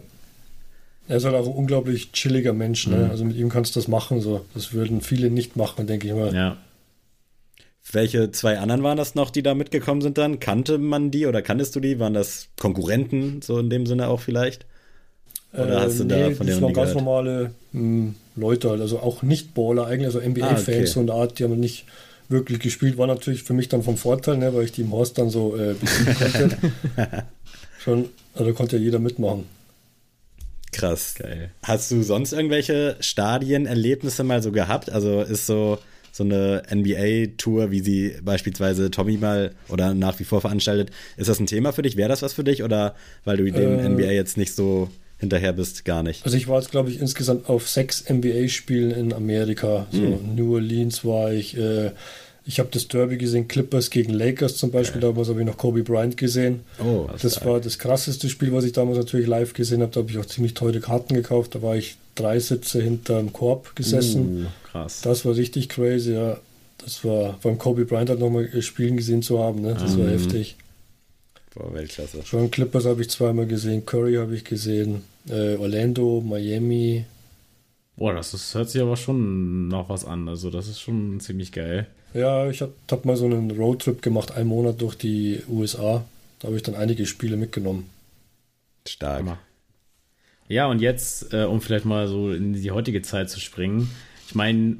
S3: er ist halt auch ein unglaublich chilliger Mensch, ne? Mhm. Also mit ihm kannst du das machen, so. Das würden viele nicht machen, denke ich mal.
S2: Ja.
S1: Welche zwei anderen waren das noch, die da mitgekommen sind dann? Kannte man die oder kanntest du die? Waren das Konkurrenten, so in dem Sinne auch vielleicht? Oder äh, hast du
S3: nee,
S1: da von denen
S3: das waren ganz normale mh, Leute, also auch Nicht-Baller eigentlich, also N B A-Fans, ah, okay. so eine Art, die haben nicht wirklich gespielt, war natürlich für mich dann vom Vorteil, ne, weil ich die im Horst dann so äh, besiegen konnte. Schon, also konnte ja jeder mitmachen.
S1: Krass. Geil. Hast du sonst irgendwelche Stadienerlebnisse mal so gehabt? Also ist so so eine N B A-Tour, wie sie beispielsweise Tommy mal oder nach wie vor veranstaltet, ist das ein Thema für dich? Wäre das was für dich? Oder weil du dem äh, N B A jetzt nicht so hinterher bist, gar nicht?
S3: Also ich war jetzt, glaube ich, insgesamt auf sechs N B A-Spielen in Amerika. So hm. New Orleans war ich, äh, ich habe das Derby gesehen, Clippers gegen Lakers zum Beispiel, okay. Damals habe ich noch Kobe Bryant gesehen. Oh, das stark. War das krasseste Spiel, was ich damals natürlich live gesehen habe. Da habe ich auch ziemlich teure Karten gekauft. Da war ich drei Sitze hinterm Korb gesessen.
S2: Uh, krass.
S3: Das war richtig crazy, ja. Das war beim Kobe Bryant halt nochmal Spielen gesehen zu haben, ne? Das mhm. war heftig.
S1: Boah, Weltklasse.
S3: Schon Clippers habe ich zweimal gesehen, Curry habe ich gesehen, äh, Orlando, Miami.
S2: Boah, das ist, hört sich aber schon noch was an. Also das ist schon ziemlich geil.
S3: Ja, ich habe hab mal so einen Roadtrip gemacht, einen Monat durch die U S A. Da habe ich dann einige Spiele mitgenommen.
S1: Stark.
S2: Ja, und jetzt, äh, um vielleicht mal so in die heutige Zeit zu springen. Ich meine,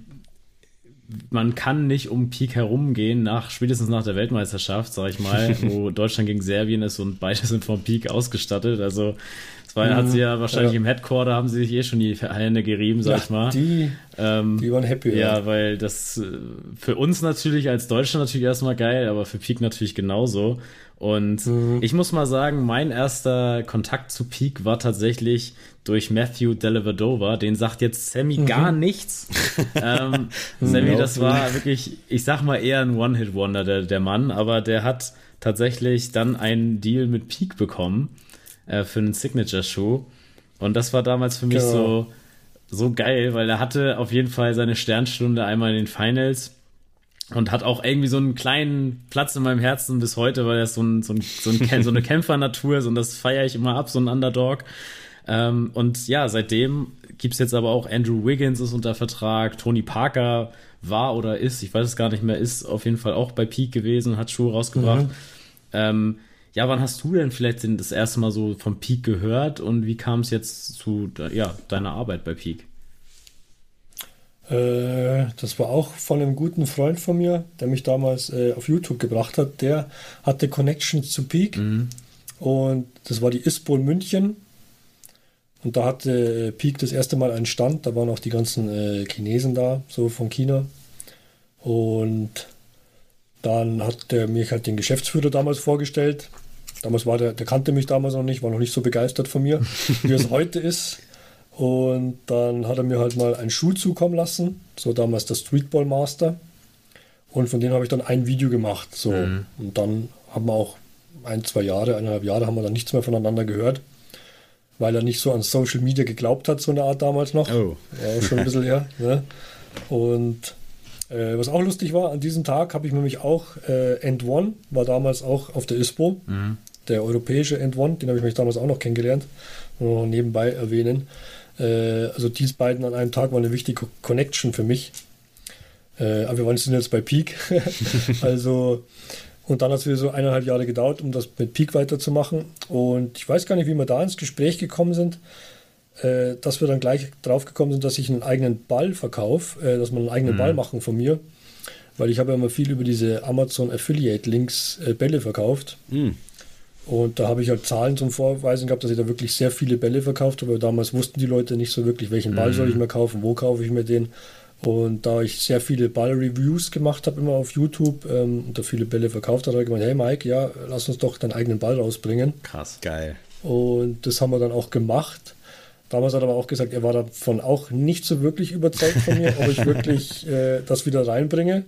S2: man kann nicht um Peak herumgehen, nach, spätestens nach der Weltmeisterschaft, sag ich mal, wo Deutschland gegen Serbien ist und beide sind vom Peak ausgestattet. Also es war, mhm, hat sie ja wahrscheinlich ja. im Headquarter, haben sie sich eh schon die Hände gerieben, sag ja, ich mal.
S3: Die, ähm, die waren happy.
S2: Ja, ja, weil das für uns natürlich als Deutschland natürlich erstmal geil, aber für Peak natürlich genauso. Und mhm. ich muss mal sagen, mein erster Kontakt zu Peak war tatsächlich durch Matthew Dellavedova. Den sagt jetzt Sammy mhm. gar nichts. ähm, Sammy, das war wirklich, ich sag mal eher ein One-Hit-Wonder, der, der Mann, aber der hat tatsächlich dann einen Deal mit Peak bekommen äh, für einen Signature-Schuh. Und das war damals für mich genau. so, so geil, weil er hatte auf jeden Fall seine Sternstunde einmal in den Finals. Und hat auch irgendwie so einen kleinen Platz in meinem Herzen bis heute, weil er so, ein, so, ein, so, ein, so eine Kämpfernatur ist und das feiere ich immer ab, so ein Underdog. Ähm, und ja, seitdem gibt's jetzt aber auch Andrew Wiggins ist unter Vertrag, Tony Parker war oder ist, ich weiß es gar nicht mehr, ist auf jeden Fall auch bei Peak gewesen, hat Schuhe rausgebracht. Mhm. Ähm, ja, wann hast du denn vielleicht das erste Mal so vom Peak gehört und wie kam es jetzt zu ja, deiner Arbeit bei Peak?
S3: Das war auch von einem guten Freund von mir, der mich damals äh, auf YouTube gebracht hat. Der hatte Connections zu Peak mhm. und das war die ISPO in München. Und da hatte Peak das erste Mal einen Stand. Da waren auch die ganzen äh, Chinesen da, so von China. Und dann hat der mich halt den Geschäftsführer damals vorgestellt. Damals war der, der kannte mich damals noch nicht, war noch nicht so begeistert von mir, wie es heute ist. Und dann hat er mir halt mal einen Schuh zukommen lassen, so damals der Streetball Master. Und von denen habe ich dann ein Video gemacht. So. Mhm. Und dann haben wir auch ein, zwei Jahre, eineinhalb Jahre haben wir dann nichts mehr voneinander gehört, weil er nicht so an Social Media geglaubt hat, so eine Art damals noch. Oh. Ja, schon ein bisschen her. Ne? Und äh, was auch lustig war, an diesem Tag habe ich nämlich auch äh, End One, war damals auch auf der ISPO, mhm. der europäische End One, den habe ich mich damals auch noch kennengelernt, nur nebenbei erwähnen. Also die beiden an einem Tag waren eine wichtige Connection für mich. Äh, aber wir waren jetzt bei Peak. also, und dann hat es wieder so eineinhalb Jahre gedauert, um das mit Peak weiterzumachen. Und ich weiß gar nicht, wie wir da ins Gespräch gekommen sind, äh, dass wir dann gleich drauf gekommen sind, dass ich einen eigenen Ball verkaufe, äh, dass man einen eigenen mhm. Ball machen von mir. Weil ich habe ja immer viel über diese Amazon Affiliate Links äh, Bälle verkauft. Mhm. Und da habe ich halt Zahlen zum Vorweisen gehabt, dass ich da wirklich sehr viele Bälle verkauft habe. Weil damals wussten die Leute nicht so wirklich, welchen Ball mhm. soll ich mir kaufen, wo kaufe ich mir den. Und da ich sehr viele Ball-Reviews gemacht habe, immer auf YouTube, ähm, und da viele Bälle verkauft habe, habe ich gemeint, hey Mike, ja, lass uns doch deinen eigenen Ball rausbringen.
S1: Krass, geil.
S3: Und das haben wir dann auch gemacht. Damals hat er aber auch gesagt, er war davon auch nicht so wirklich überzeugt von mir, ob ich wirklich äh, das wieder reinbringe.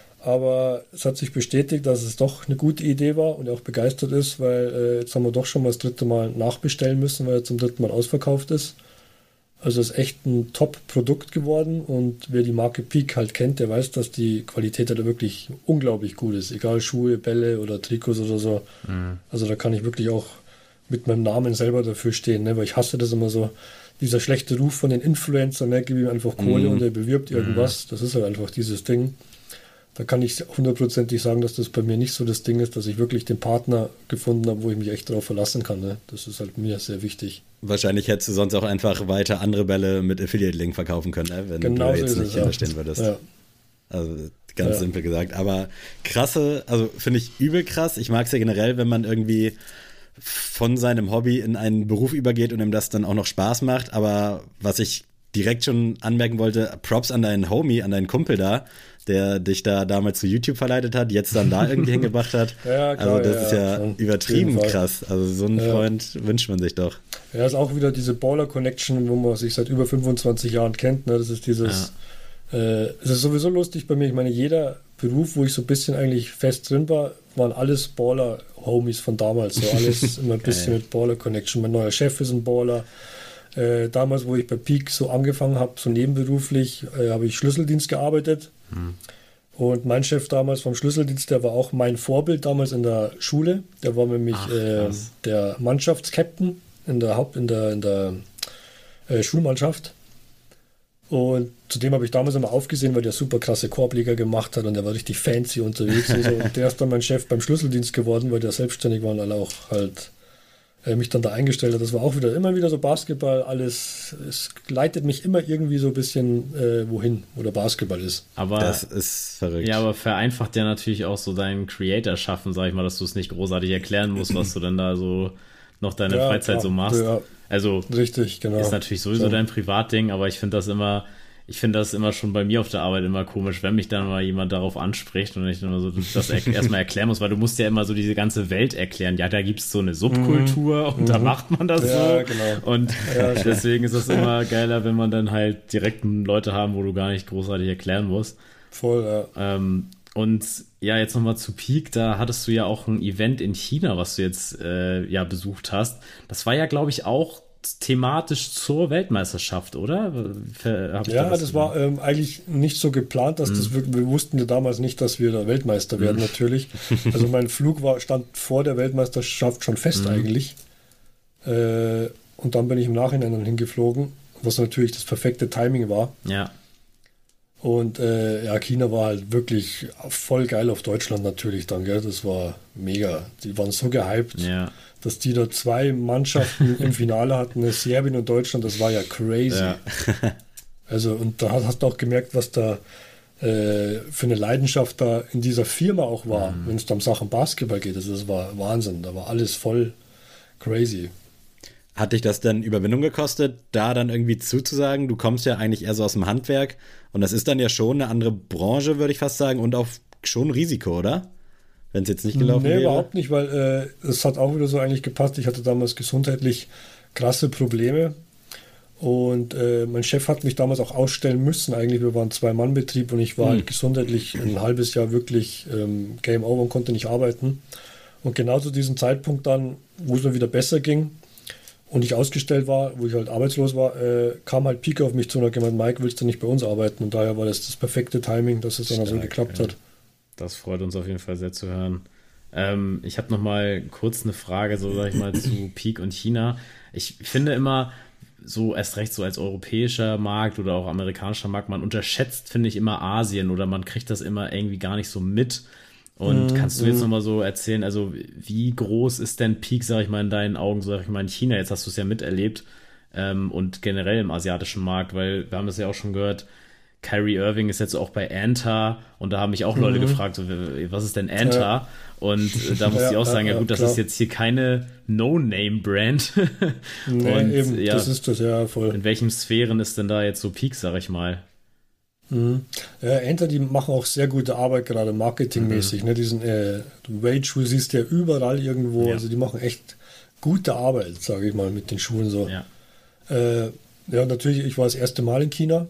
S3: Aber es hat sich bestätigt, dass es doch eine gute Idee war und er auch begeistert ist, weil äh, jetzt haben wir doch schon mal das dritte Mal nachbestellen müssen, weil er zum dritten Mal ausverkauft ist. Also es ist echt ein Top-Produkt geworden und wer die Marke Peak halt kennt, der weiß, dass die Qualität halt wirklich unglaublich gut ist. Egal Schuhe, Bälle oder Trikots oder so. Mhm. Also da kann ich wirklich auch mit meinem Namen selber dafür stehen, ne? Weil ich hasse das immer so, dieser schlechte Ruf von den Influencern, ne? Gib ihm einfach Kohle mhm. und er bewirbt irgendwas. Das ist halt einfach dieses Ding. Da kann ich hundertprozentig sagen, dass das bei mir nicht so das Ding ist, dass ich wirklich den Partner gefunden habe, wo ich mich echt darauf verlassen kann. Ne? Das ist halt mir sehr wichtig.
S1: Wahrscheinlich hättest du sonst auch einfach weiter andere Bälle mit Affiliate-Link verkaufen können, ne? Wenn
S3: genau
S1: du jetzt
S3: so
S1: nicht
S3: ja.
S1: hinterstehen würdest. Ja. Also ganz
S3: ja.
S1: simpel gesagt. Aber krasse, also finde ich übel krass. Ich mag es ja generell, wenn man irgendwie von seinem Hobby in einen Beruf übergeht und ihm das dann auch noch Spaß macht. Aber was ich direkt schon anmerken wollte, Props an deinen Homie, an deinen Kumpel da, der dich da damals zu YouTube verleitet hat, jetzt dann da irgendwie hingebracht hat.
S3: Ja, klar,
S1: also das
S3: ja,
S1: ist ja
S3: schon.
S1: übertrieben krass. Also so einen
S3: ja.
S1: Freund wünscht man sich doch.
S3: Ja, ist auch wieder diese Baller-Connection, wo man sich seit über fünfundzwanzig Jahren kennt. Ne? Das ist dieses, ja. äh, es ist sowieso lustig bei mir. Ich meine, jeder Beruf, wo ich so ein bisschen eigentlich fest drin war, waren alles Baller-Homies von damals. So alles immer ein bisschen mit Baller-Connection. Mein neuer Chef ist ein Baller. Äh, damals, wo ich bei Peak so angefangen habe, so nebenberuflich, äh, habe ich Schlüsseldienst gearbeitet. Hm. Und mein Chef damals vom Schlüsseldienst, der war auch mein Vorbild damals in der Schule. Der war nämlich Ach, äh, der Mannschaftskapitän in der Haupt-, in der, in der äh, Schulmannschaft. Und zudem habe ich damals immer aufgesehen, weil der super krasse Korbleger gemacht hat und der war richtig fancy unterwegs. Und, so. Und der ist dann mein Chef beim Schlüsseldienst geworden, weil der selbstständig war und alle auch halt mich dann da eingestellt hat. Das war auch wieder immer wieder so Basketball, alles, es leitet mich immer irgendwie so ein bisschen äh, wohin, wo der Basketball ist.
S2: Aber
S1: das ist verrückt.
S2: Ja, aber vereinfacht ja natürlich auch so dein Creator-Schaffen, sag ich mal, dass du es nicht großartig erklären musst, was du dann da so noch deine ja, Freizeit klar. so machst. Ja, also
S3: richtig, genau.
S2: Ist natürlich sowieso ja. dein Privatding, aber ich finde das immer Ich finde das immer schon bei mir auf der Arbeit immer komisch, wenn mich dann mal jemand darauf anspricht und ich dann mal so das er- erstmal erklären muss, weil du musst ja immer so diese ganze Welt erklären. Ja, da gibt es so eine Subkultur mhm. und da macht man das ja, so. Genau. Und ja, deswegen ist es immer geiler, wenn man dann halt direkt Leute haben, wo du gar nicht großartig erklären musst.
S3: Voll, ja.
S2: Ähm, und ja, jetzt nochmal zu Peak, da hattest du ja auch ein Event in China, was du jetzt äh, ja besucht hast. Das war ja, glaube ich, auch thematisch zur Weltmeisterschaft, oder?
S3: Hab ich ja, da das war ähm, eigentlich nicht so geplant, dass mhm. das wirklich, wir wussten ja damals nicht, dass wir da Weltmeister werden, mhm. natürlich. Also mein Flug war, stand vor der Weltmeisterschaft schon fest mhm. eigentlich. Äh, und dann bin ich im Nachhinein dann hingeflogen, was natürlich das perfekte Timing war.
S2: Ja.
S3: Und äh, ja, China war halt wirklich voll geil auf Deutschland natürlich dann, gell? Das war mega. Die waren so gehypt.
S2: Ja.
S3: Dass die da zwei Mannschaften im Finale hatten, Serbien und Deutschland, das war ja crazy. Ja. Also, und da hast du auch gemerkt, was da äh, für eine Leidenschaft da in dieser Firma auch war, mhm. wenn es um Sachen Basketball geht. Also, das war Wahnsinn, da war alles voll crazy.
S1: Hat dich das denn Überwindung gekostet, da dann irgendwie zuzusagen? Du kommst ja eigentlich eher so aus dem Handwerk und das ist dann ja schon eine andere Branche, würde ich fast sagen, und auch schon ein Risiko, oder? Wenn es jetzt nicht gelaufen
S3: nee,
S1: wäre?
S3: Nee, überhaupt nicht, weil äh, es hat auch wieder so eigentlich gepasst. Ich hatte damals gesundheitlich krasse Probleme und äh, mein Chef hat mich damals auch ausstellen müssen. Eigentlich, wir waren ein Zwei-Mann-Betrieb und ich war mhm. halt gesundheitlich ein halbes Jahr wirklich ähm, Game Over und konnte nicht arbeiten. Und genau zu diesem Zeitpunkt dann, wo es mir wieder besser ging und ich ausgestellt war, wo ich halt arbeitslos war, äh, kam halt Peak auf mich zu und hat gemeint, Mike, willst du nicht bei uns arbeiten? Und daher war das das perfekte Timing, dass es dann so geklappt ja. hat.
S2: Das freut uns auf jeden Fall sehr zu hören. Ähm, ich habe noch mal kurz eine Frage, so sag ich mal, zu Peak und China. Ich finde immer, so erst recht so als europäischer Markt oder auch amerikanischer Markt, man unterschätzt, finde ich, immer Asien oder man kriegt das immer irgendwie gar nicht so mit. Und mm, kannst du jetzt mm. noch mal so erzählen, also wie groß ist denn Peak, sag ich mal, in deinen Augen, sag ich mal, in China? Jetzt hast du es ja miterlebt ähm, und generell im asiatischen Markt, weil wir haben das ja auch schon gehört, Kyrie Irving ist jetzt auch bei Anta und da haben mich auch mhm. Leute gefragt, so, was ist denn Anta? Ja. Und äh, da muss ja, ich auch sagen, ja, ja gut, das klar. ist jetzt hier keine No-Name-Brand.
S3: Nee,
S2: und
S3: eben,
S2: ja,
S3: das ist das, ja, voll.
S2: In welchen Sphären ist denn da jetzt so Peak, sag ich mal?
S3: Mhm. Ja, Anta, die machen auch sehr gute Arbeit, gerade marketingmäßig. Mhm. Ne? Diesen äh, Wade-Schuh siehst du ja überall irgendwo, ja. also die machen echt gute Arbeit, sage ich mal, mit den Schuhen so.
S2: Ja.
S3: Äh, ja, natürlich, ich war das erste Mal in China.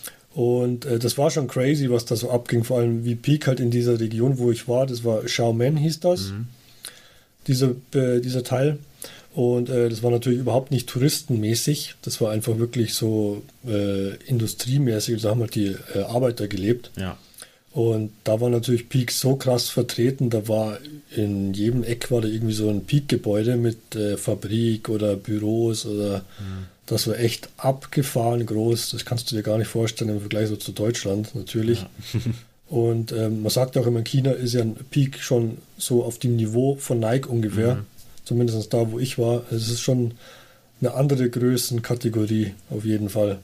S3: Und äh, das war schon crazy, was da so abging, vor allem wie Peak halt in dieser Region, wo ich war, das war Xiamen hieß das, mhm. dieser, äh, dieser Teil. Und äh, das war natürlich überhaupt nicht touristenmäßig, das war einfach wirklich so äh, industriemäßig, da haben halt die äh, Arbeiter gelebt.
S2: Ja.
S3: Und da war natürlich Peak so krass vertreten, da war in jedem Eck war da irgendwie so ein Peak-Gebäude mit äh, Fabrik oder Büros oder... Mhm. Das war echt abgefahren groß. Das kannst du dir gar nicht vorstellen im Vergleich so zu Deutschland natürlich. Ja. Und ähm, man sagt auch immer, in China ist ja ein Peak schon so auf dem Niveau von Nike ungefähr. Mhm. Zumindest da, wo ich war. Es ist schon eine andere Größenkategorie auf jeden Fall.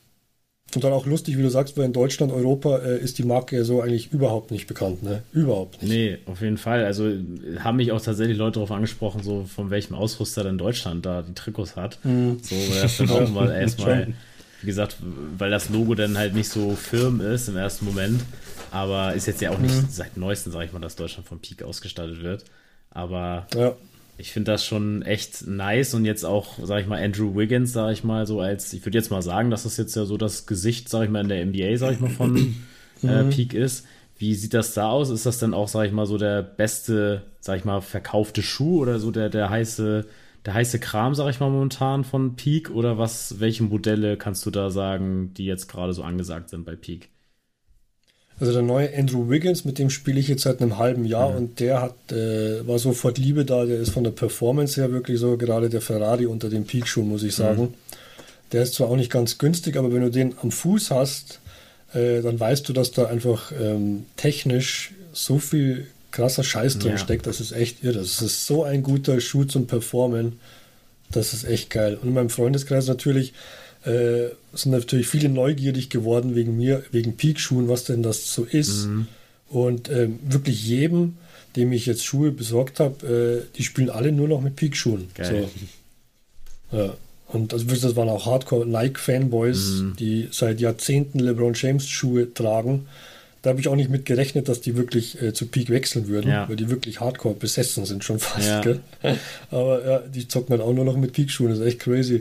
S3: Und dann auch lustig, wie du sagst, weil in Deutschland, Europa äh, ist die Marke ja so eigentlich überhaupt nicht bekannt, ne? Überhaupt nicht.
S2: Nee, auf jeden Fall. Also haben mich auch tatsächlich Leute darauf angesprochen, so von welchem Ausrüster denn Deutschland da die Trikots hat. Mhm. So, weil das dann auch mal erstmal, wie gesagt, weil das Logo dann halt nicht so firm ist im ersten Moment. Aber ist jetzt ja auch nicht mhm. seit neuestem, sage ich mal, dass Deutschland vom Peak ausgestattet wird. Aber ja. Ich finde das schon echt nice und jetzt auch, sag ich mal, Andrew Wiggins, sag ich mal, so als, ich würde jetzt mal sagen, dass das jetzt ja so das Gesicht, sag ich mal, in der N B A, sag ich mal, von äh, Peak ist. Wie sieht das da aus? Ist das dann auch, sag ich mal, so der beste, sag ich mal, verkaufte Schuh oder so der, der heiße, der heiße Kram, sag ich mal, momentan von Peak? Oder was, welche Modelle kannst du da sagen, die jetzt gerade so angesagt sind bei Peak?
S3: Also der neue Andrew Wiggins, mit dem spiele ich jetzt seit einem halben Jahr mhm. und der hat äh, war sofort Liebe da, der ist von der Performance her wirklich so gerade der Ferrari unter den Peak-Schuhen, muss ich sagen. Mhm. Der ist zwar auch nicht ganz günstig, aber wenn du den am Fuß hast, äh, dann weißt du, dass da einfach ähm, technisch so viel krasser Scheiß drin ja. steckt, das ist echt irre. Das ist so ein guter Schuh zum Performen, das ist echt geil. Und in meinem Freundeskreis natürlich Äh, sind natürlich viele neugierig geworden wegen mir, wegen Peak-Schuhen, was denn das so ist. Mhm. Und ähm, wirklich jedem, dem ich jetzt Schuhe besorgt habe, äh, die spielen alle nur noch mit Peak-Schuhen. So. Ja. Und also, das waren auch Hardcore-Nike-Fanboys, mhm. die seit Jahrzehnten LeBron James-Schuhe tragen. Da habe ich auch nicht mit gerechnet, dass die wirklich äh, zu Peak wechseln würden, ja. weil die wirklich Hardcore besessen sind schon fast. Ja. Gell? Aber ja, die zocken dann auch nur noch mit Peak-Schuhen, das ist echt crazy.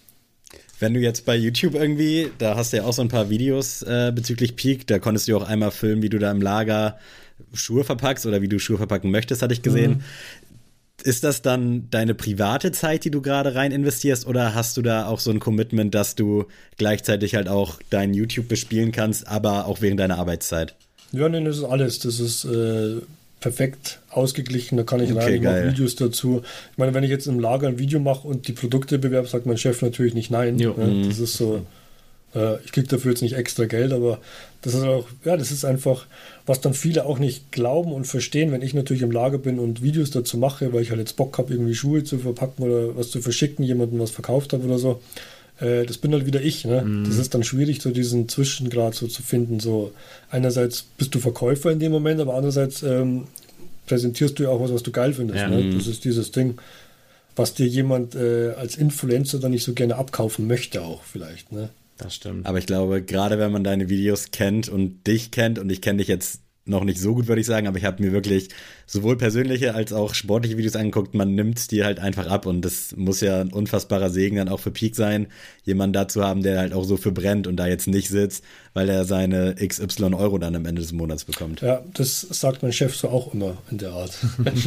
S1: Wenn du jetzt bei YouTube irgendwie, da hast du ja auch so ein paar Videos äh, bezüglich Peak, da konntest du auch einmal filmen, wie du da im Lager Schuhe verpackst oder wie du Schuhe verpacken möchtest, hatte ich gesehen. Mhm. Ist das dann deine private Zeit, die du gerade rein investierst, oder hast du da auch so ein Commitment, dass du gleichzeitig halt auch dein YouTube bespielen kannst, aber auch während deiner Arbeitszeit?
S3: Ja, nee, das ist alles. Das ist äh, perfekt ausgeglichen, da kann ich
S1: okay,
S3: rein, ich
S1: mache
S3: Videos dazu. Ich meine, wenn ich jetzt im Lager ein Video mache und die Produkte bewerbe, sagt mein Chef natürlich nicht nein. Ne? Das ist so, äh, ich kriege dafür jetzt nicht extra Geld, aber das ist auch, ja, das ist einfach, was dann viele auch nicht glauben und verstehen, wenn ich natürlich im Lager bin und Videos dazu mache, weil ich halt jetzt Bock habe, irgendwie Schuhe zu verpacken oder was zu verschicken, jemandem was verkauft habe oder so. Äh, das bin halt wieder ich. Ne? Mm. Das ist dann schwierig, so diesen Zwischengrad so zu finden. So einerseits bist du Verkäufer in dem Moment, aber andererseits ähm, präsentierst du ja auch was, was du geil findest. Ja. Ne? Das ist dieses Ding, was dir jemand äh, als Influencer dann nicht so gerne abkaufen möchte auch vielleicht. Ne?
S2: Das stimmt.
S1: Aber ich glaube, gerade wenn man deine Videos kennt und dich kennt, und ich kenne dich jetzt noch nicht so gut, würde ich sagen, aber ich habe mir wirklich sowohl persönliche als auch sportliche Videos angeguckt, man nimmt es dir halt einfach ab, und das muss ja ein unfassbarer Segen dann auch für Peak sein, jemanden dazu haben, der halt auch so für brennt und da jetzt nicht sitzt, weil er seine X Y Euro dann am Ende des Monats bekommt.
S3: Ja, das sagt mein Chef so auch immer in der Art.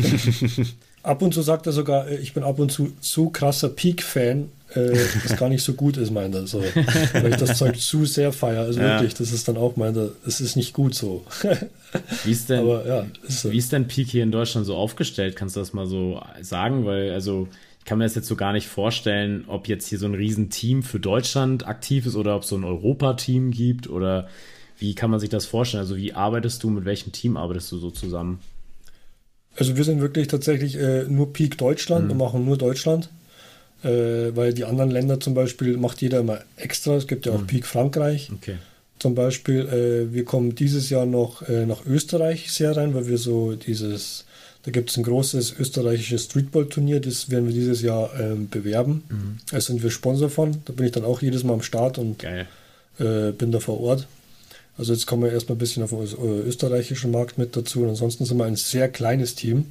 S3: Ab und zu sagt er sogar, ich bin ab und zu zu krasser Peak-Fan, äh, das gar nicht so gut ist, meint er. So. Weil ich das Zeug zu sehr feiere. Also ja. wirklich, das ist dann auch, meint er, das ist nicht gut so.
S2: Wie ist denn,
S3: Aber, ja, ist so.
S2: Wie ist denn Peak hier in Deutschland so aufgestellt? Kannst du das mal so sagen? Weil, also, ich kann mir das jetzt so gar nicht vorstellen, ob jetzt hier so ein Riesenteam für Deutschland aktiv ist oder ob es so ein Europa-Team gibt, oder wie kann man sich das vorstellen? Also, wie arbeitest du, mit welchem Team arbeitest du so zusammen?
S3: Also wir sind wirklich tatsächlich äh, nur Peak Deutschland mhm. und machen nur Deutschland, äh, weil die anderen Länder zum Beispiel macht jeder immer extra. Es gibt ja auch mhm. Peak Frankreich.
S2: Okay.
S3: zum Beispiel. Äh, wir kommen dieses Jahr noch äh, nach Österreich sehr rein, weil wir so dieses, da gibt es ein großes österreichisches Streetball-Turnier, das werden wir dieses Jahr ähm, bewerben. Mhm. Da sind wir Sponsor von. Da bin ich dann auch jedes Mal am Start und äh, bin da vor Ort. Also jetzt kommen wir erstmal ein bisschen auf den österreichischen Markt mit dazu. Und ansonsten sind wir ein sehr kleines Team.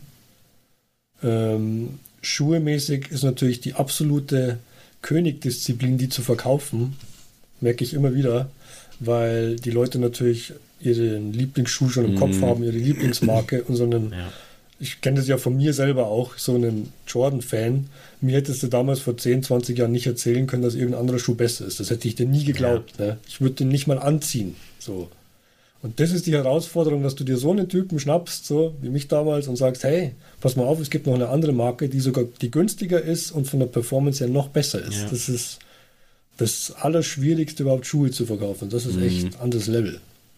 S3: Ähm, Schuhemäßig ist natürlich die absolute Königdisziplin, die zu verkaufen. Merke ich immer wieder, weil die Leute natürlich ihren Lieblingsschuh schon im mm. Kopf haben, ihre Lieblingsmarke und so einen, ja. Ich kenne das ja von mir selber auch, so einen Jordan-Fan. Mir hättest du damals vor zehn, zwanzig Jahren nicht erzählen können, dass irgendein anderer Schuh besser ist. Das hätte ich dir nie geglaubt. Ja. Ne? Ich würde den nicht mal anziehen. So. Und das ist die Herausforderung, dass du dir so einen Typen schnappst, so wie mich damals, und sagst, hey, pass mal auf, es gibt noch eine andere Marke, die sogar die günstiger ist und von der Performance her noch besser ist. Ja. Das ist das Allerschwierigste, überhaupt Schuhe zu verkaufen. Das ist echt mhm. anderes Level.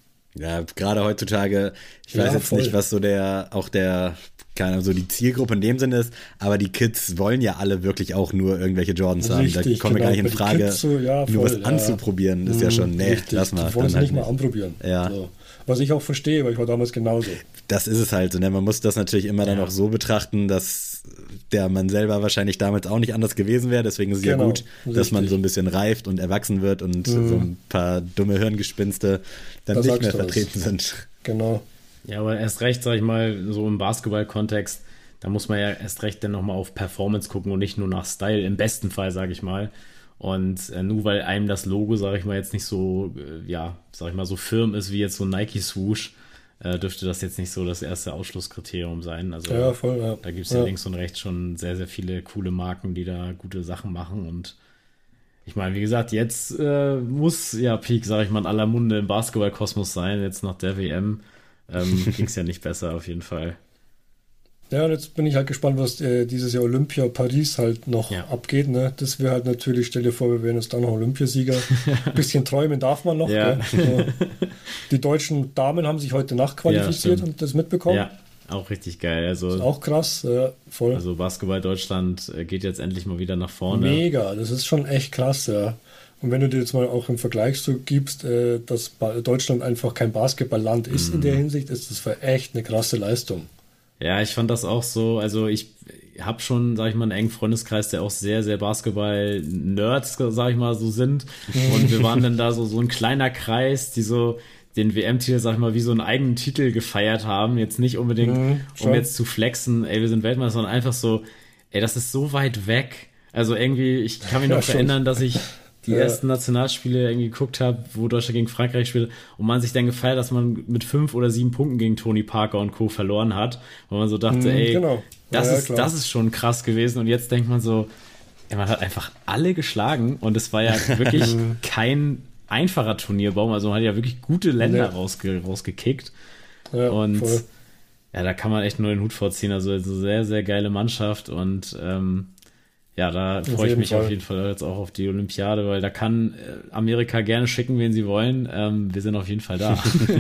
S1: Ja, gerade heutzutage, ich
S3: ja,
S1: weiß jetzt
S3: voll.
S1: nicht, was so der, auch der, keine Ahnung, so die Zielgruppe in dem Sinne ist, aber die Kids wollen ja alle wirklich auch nur irgendwelche Jordans
S3: Richtig,
S1: haben. Da kommen wir
S3: genau.
S1: gar nicht in Frage,
S3: so, ja,
S1: nur
S3: voll,
S1: was ja. anzuprobieren, ist mhm, ja schon, nee,
S3: richtig.
S1: lass mal.
S3: Die wollen es
S1: halt
S3: nicht mal anprobieren.
S1: Ja.
S3: So. Was ich auch verstehe, weil ich war damals genauso.
S1: Das ist es halt. Ne? Man muss das natürlich immer ja. dann auch so betrachten, dass der man selber wahrscheinlich damals auch nicht anders gewesen wäre. Deswegen ist es genau, ja gut, richtig. Dass man so ein bisschen reift und erwachsen wird und mhm. so ein paar dumme Hirngespinste dann
S3: das
S1: nicht mehr vertreten was. sind.
S3: Genau.
S2: Ja, aber erst recht, sag ich mal, so im Basketball-Kontext, da muss man ja erst recht dann nochmal auf Performance gucken und nicht nur nach Style, im besten Fall, sage ich mal. Und äh, nur weil einem das Logo, sage ich mal, jetzt nicht so, äh, ja, sag ich mal, so firm ist wie jetzt so ein Nike-Swoosh, äh, dürfte das jetzt nicht so das erste Ausschlusskriterium sein. Also
S3: ja, voll, ja.
S2: Da gibt es ja. ja links und rechts schon sehr, sehr viele coole Marken, die da gute Sachen machen. Und ich meine, wie gesagt, jetzt äh, muss ja Peak, sage ich mal, in aller Munde im Basketball-Kosmos sein. Jetzt nach der W M ähm, ging es ja nicht besser auf jeden Fall.
S3: Ja, und jetzt bin ich halt gespannt, was äh, dieses Jahr Olympia Paris halt noch ja. abgeht. Ne? Das wäre halt natürlich, stell dir vor, wir wären jetzt da noch Olympiasieger. Ein bisschen träumen darf man noch.
S2: Ja.
S3: Also, die deutschen Damen haben sich heute Nacht qualifiziert
S2: ja,
S3: und das mitbekommen.
S2: Ja, auch richtig geil. Also,
S3: das ist auch krass, ja, voll.
S2: Also Basketball Deutschland geht jetzt endlich mal wieder nach vorne.
S3: Mega, das ist schon echt krass, ja. Und wenn du dir jetzt mal auch im Vergleich so gibst, äh, dass Deutschland einfach kein Basketballland ist mm. in der Hinsicht, ist das für echt eine krasse Leistung.
S2: Ja, ich fand das auch so, also ich habe schon, sag ich mal, einen engen Freundeskreis, der auch sehr, sehr Basketball-Nerds, sag ich mal, so sind. Und wir waren dann da so, so ein kleiner Kreis, die so den W M-Titel, sag ich mal, wie so einen eigenen Titel gefeiert haben. Jetzt nicht unbedingt, mhm, um jetzt zu flexen, ey, wir sind Weltmeister, sondern einfach so, ey, das ist so weit weg. Also irgendwie, ich kann mich noch ja, erinnern, dass ich die ja. ersten Nationalspiele irgendwie geguckt habe, wo Deutschland gegen Frankreich spielt und man sich dann gefeiert, dass man mit fünf oder sieben Punkten gegen Tony Parker und Co. verloren hat, weil man so dachte, mhm, ey, genau. das, ja, ist, ja, das ist schon krass gewesen und jetzt denkt man so, ey, man hat einfach alle geschlagen und es war ja wirklich kein einfacher Turnierbaum, also man hat ja wirklich gute Länder nee. rausge- rausgekickt
S3: ja,
S2: und
S3: voll.
S2: ja, da kann man echt nur den Hut vorziehen, also, also sehr, sehr geile Mannschaft und ähm, ja, da freue ich mich Fall. auf jeden Fall jetzt auch auf die Olympiade, weil da kann Amerika gerne schicken, wen sie wollen. Ähm, wir sind auf jeden Fall da.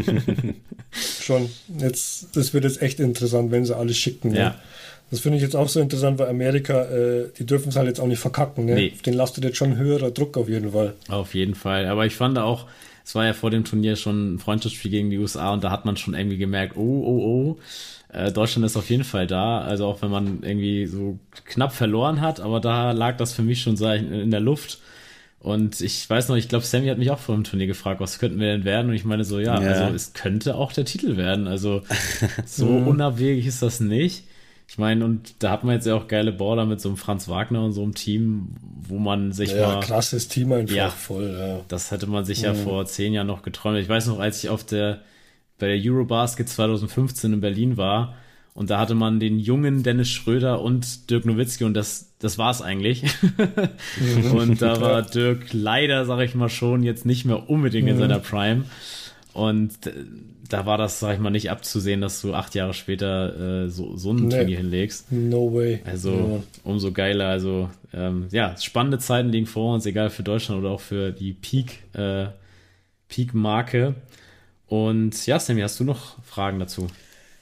S3: Schon. Jetzt, das wird jetzt echt interessant, wenn sie alles schicken.
S2: Ja.
S3: Ne? Das finde ich jetzt auch so interessant, weil Amerika, äh, die dürfen es halt jetzt auch nicht verkacken. Ne?
S2: Nee.
S3: Den lastet jetzt schon höherer Druck auf jeden Fall.
S2: Auf jeden Fall. Aber ich fand auch, es war ja vor dem Turnier schon ein Freundschaftsspiel gegen die U S A und da hat man schon irgendwie gemerkt, oh, oh, oh, Deutschland ist auf jeden Fall da, also auch wenn man irgendwie so knapp verloren hat, aber da lag das für mich schon in der Luft und ich weiß noch, ich glaube Sammy hat mich auch vor dem Turnier gefragt, was könnten wir denn werden und ich meine so, ja, ja. also es könnte auch der Titel werden, also so unabwegig ist das nicht. Ich meine, und da hat man jetzt ja auch geile Border mit so einem Franz Wagner und so einem Team, wo man sich
S3: ja,
S2: mal...
S3: krasses Team einfach,
S2: ja,
S3: voll, ja.
S2: Das hätte man sich ja mhm. vor zehn Jahren noch geträumt. Ich weiß noch, als ich auf der bei der Eurobasket zwanzig fünfzehn in Berlin war und da hatte man den jungen Dennis Schröder und Dirk Nowitzki und das, das war's eigentlich. Mhm. Und da war Dirk leider, sag ich mal schon, jetzt nicht mehr unbedingt mhm. in seiner Prime. Und da war das, sag ich mal, nicht abzusehen, dass du acht Jahre später äh, so, so ein nee. Turnier hinlegst.
S3: No way.
S2: Also
S3: ja.
S2: umso geiler. Also ähm, ja, spannende Zeiten liegen vor uns, egal für Deutschland oder auch für die Peak, äh, Peak-Marke. Und ja, Sammy, hast du noch Fragen dazu?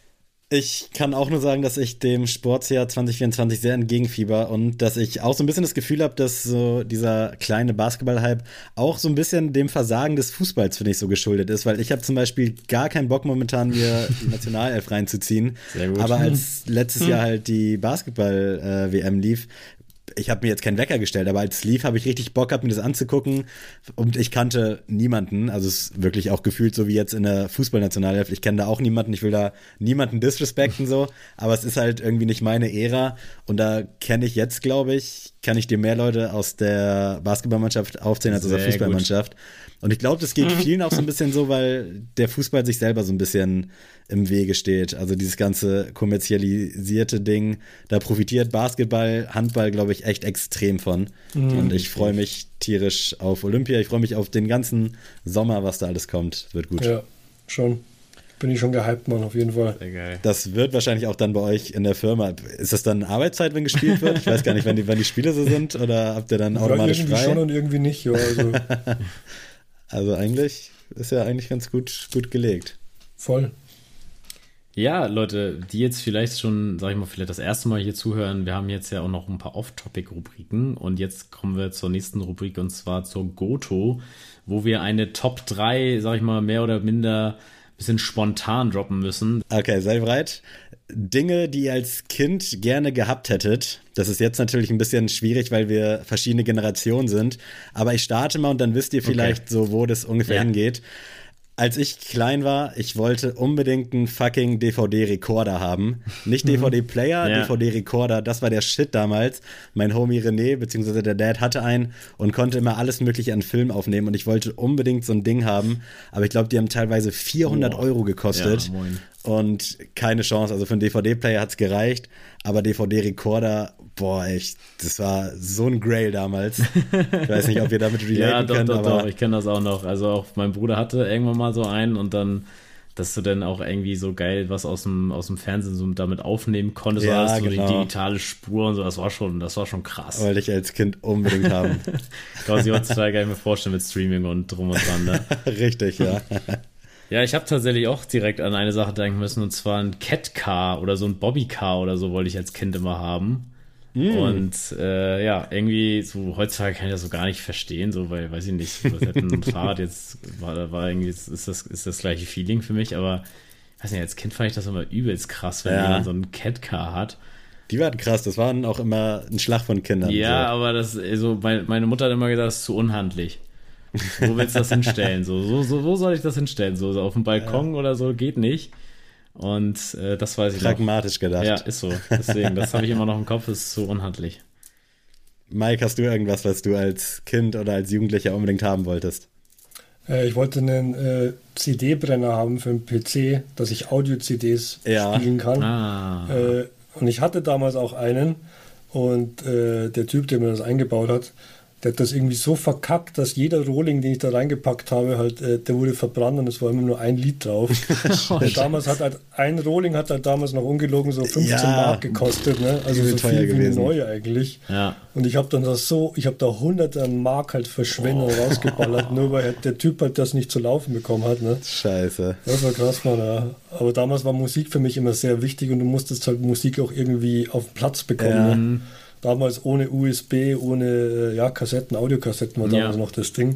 S1: Ich kann auch nur sagen, dass ich dem Sportsjahr zwanzig vierundzwanzig sehr entgegenfieber und dass ich auch so ein bisschen das Gefühl habe, dass so dieser kleine Basketball-Hype auch so ein bisschen dem Versagen des Fußballs, finde ich, so geschuldet ist, weil ich habe zum Beispiel gar keinen Bock momentan, mir die Nationalelf reinzuziehen. Sehr gut. Aber als letztes Jahr halt die Basketball-W M lief, ich habe mir jetzt keinen Wecker gestellt, aber als es lief, habe ich richtig Bock gehabt, mir das anzugucken und ich kannte niemanden, also es ist wirklich auch gefühlt so wie jetzt in der Fußballnationalelf, ich kenne da auch niemanden, ich will da niemanden disrespekten so, aber es ist halt irgendwie nicht meine Ära und da kenne ich jetzt, glaube ich, kann ich dir mehr Leute aus der Basketballmannschaft aufzählen als aus der Fußballmannschaft. Und ich glaube, das geht vielen auch so ein bisschen so, weil der Fußball sich selber so ein bisschen im Wege steht. Also dieses ganze kommerzialisierte Ding, da profitiert Basketball, Handball, glaube ich, echt extrem von. Mhm. Und ich freue mich tierisch auf Olympia. Ich freue mich auf den ganzen Sommer, was da alles kommt. Wird gut.
S3: Ja, schon. Bin ich schon gehypt, Mann, auf jeden Fall.
S2: Sehr geil.
S1: Das wird wahrscheinlich auch dann bei euch in der Firma. Ist das dann Arbeitszeit, wenn gespielt wird? Ich weiß gar nicht, wenn die, wenn die Spiele so sind oder habt ihr dann automatisch
S3: ja, irgendwie
S1: frei?
S3: Schon und irgendwie nicht, ja. Also.
S1: Also eigentlich ist ja eigentlich ganz gut, gut gelegt.
S3: Voll.
S2: Ja, Leute, die jetzt vielleicht schon, sag ich mal, vielleicht das erste Mal hier zuhören, wir haben jetzt ja auch noch ein paar Off-Topic-Rubriken und jetzt kommen wir zur nächsten Rubrik und zwar zur Goto, wo wir eine Top drei, sag ich mal, mehr oder minder ein bisschen spontan droppen müssen.
S1: Okay, sei bereit. Dinge, die ihr als Kind gerne gehabt hättet. Das ist jetzt natürlich ein bisschen schwierig, weil wir verschiedene Generationen sind. Aber ich starte mal und dann wisst ihr vielleicht okay. so, wo das ungefähr ja. hingeht. Als ich klein war, ich wollte unbedingt einen fucking D V D-Rekorder haben. Nicht D V D-Player, ja. D V D-Rekorder, das war der Shit damals. Mein Homie René, beziehungsweise der Dad, hatte einen und konnte immer alles mögliche an Film aufnehmen und ich wollte unbedingt so ein Ding haben. Aber ich glaube, die haben teilweise vierhundert oh. Euro gekostet. Ja, moin. Und keine Chance, also für einen D V D-Player hat's gereicht, aber D V D-Rekorder, boah, echt, das war so ein Grail damals. Ich weiß nicht, ob ihr damit relaten
S2: ja, doch,
S1: könnt,
S2: doch,
S1: aber...
S2: doch, ich kenne das auch noch. Also auch mein Bruder hatte irgendwann mal so einen und dann, dass du dann auch irgendwie so geil was aus dem, aus dem Fernsehen so damit aufnehmen konntest,
S1: ja,
S2: so
S1: genau.
S2: die digitale Spur und so, das war schon, das war schon krass.
S1: Wollte ich als Kind unbedingt haben.
S2: Kann man sich heutzutage gar nicht mehr vorstellen mit Streaming und drum und dran, ne?
S1: Richtig, ja.
S2: Ja, ich habe tatsächlich auch direkt an eine Sache denken müssen, und zwar ein Cat-Car oder so ein Bobby-Car oder so wollte ich als Kind immer haben. Mm. Und äh, ja, irgendwie, so heutzutage kann ich das so gar nicht verstehen, so, weil, weiß ich nicht, was hätte ein Fahrrad jetzt, war, war irgendwie, ist das, ist das gleiche Feeling für mich, aber, weiß nicht, als Kind fand ich das immer übelst krass, wenn ja. jemand so ein Cat-Car hat.
S1: Die waren krass, das waren auch immer ein Schlag von Kindern.
S2: Ja,
S1: so.
S2: aber das, also, meine, meine Mutter hat immer gesagt, das ist zu unhandlich. Wo willst du das hinstellen? So, so, so, wo soll ich das hinstellen? So, so auf dem Balkon ja. oder so geht nicht. Und äh, das weiß ich
S1: Pragmatisch noch. gedacht.
S2: Ja, ist so. Deswegen, das habe ich immer noch im Kopf, ist so unhandlich.
S1: Mike, hast du irgendwas, was du als Kind oder als Jugendlicher unbedingt haben wolltest?
S3: Äh, ich wollte einen äh, C D-Brenner haben für einen P C, dass ich Audio-C Ds ja. spielen kann. Ah. Äh, und ich hatte damals auch einen und äh, der Typ, der mir das eingebaut hat, der hat das irgendwie so verkackt, dass jeder Rohling, den ich da reingepackt habe, halt, äh, der wurde verbrannt und es war immer nur ein Lied drauf. der damals hat halt, ein Rohling hat halt damals noch ungelogen so fünfzehn ja, Mark gekostet, ne? Also so viel wie eine neue eigentlich.
S2: Ja.
S3: Und ich habe dann das so, ich habe da hunderte Mark halt verschwendet oh. und rausgeballert, nur weil halt der Typ halt das nicht zu laufen bekommen hat, ne?
S1: Scheiße.
S3: Das war krass, Mann, ja. Aber damals war Musik für mich immer sehr wichtig und du musstest halt Musik auch irgendwie auf den Platz bekommen,
S1: ja.
S3: ne? Damals ohne U S B, ohne ja, Kassetten, Audiokassetten war damals ja. noch das Ding.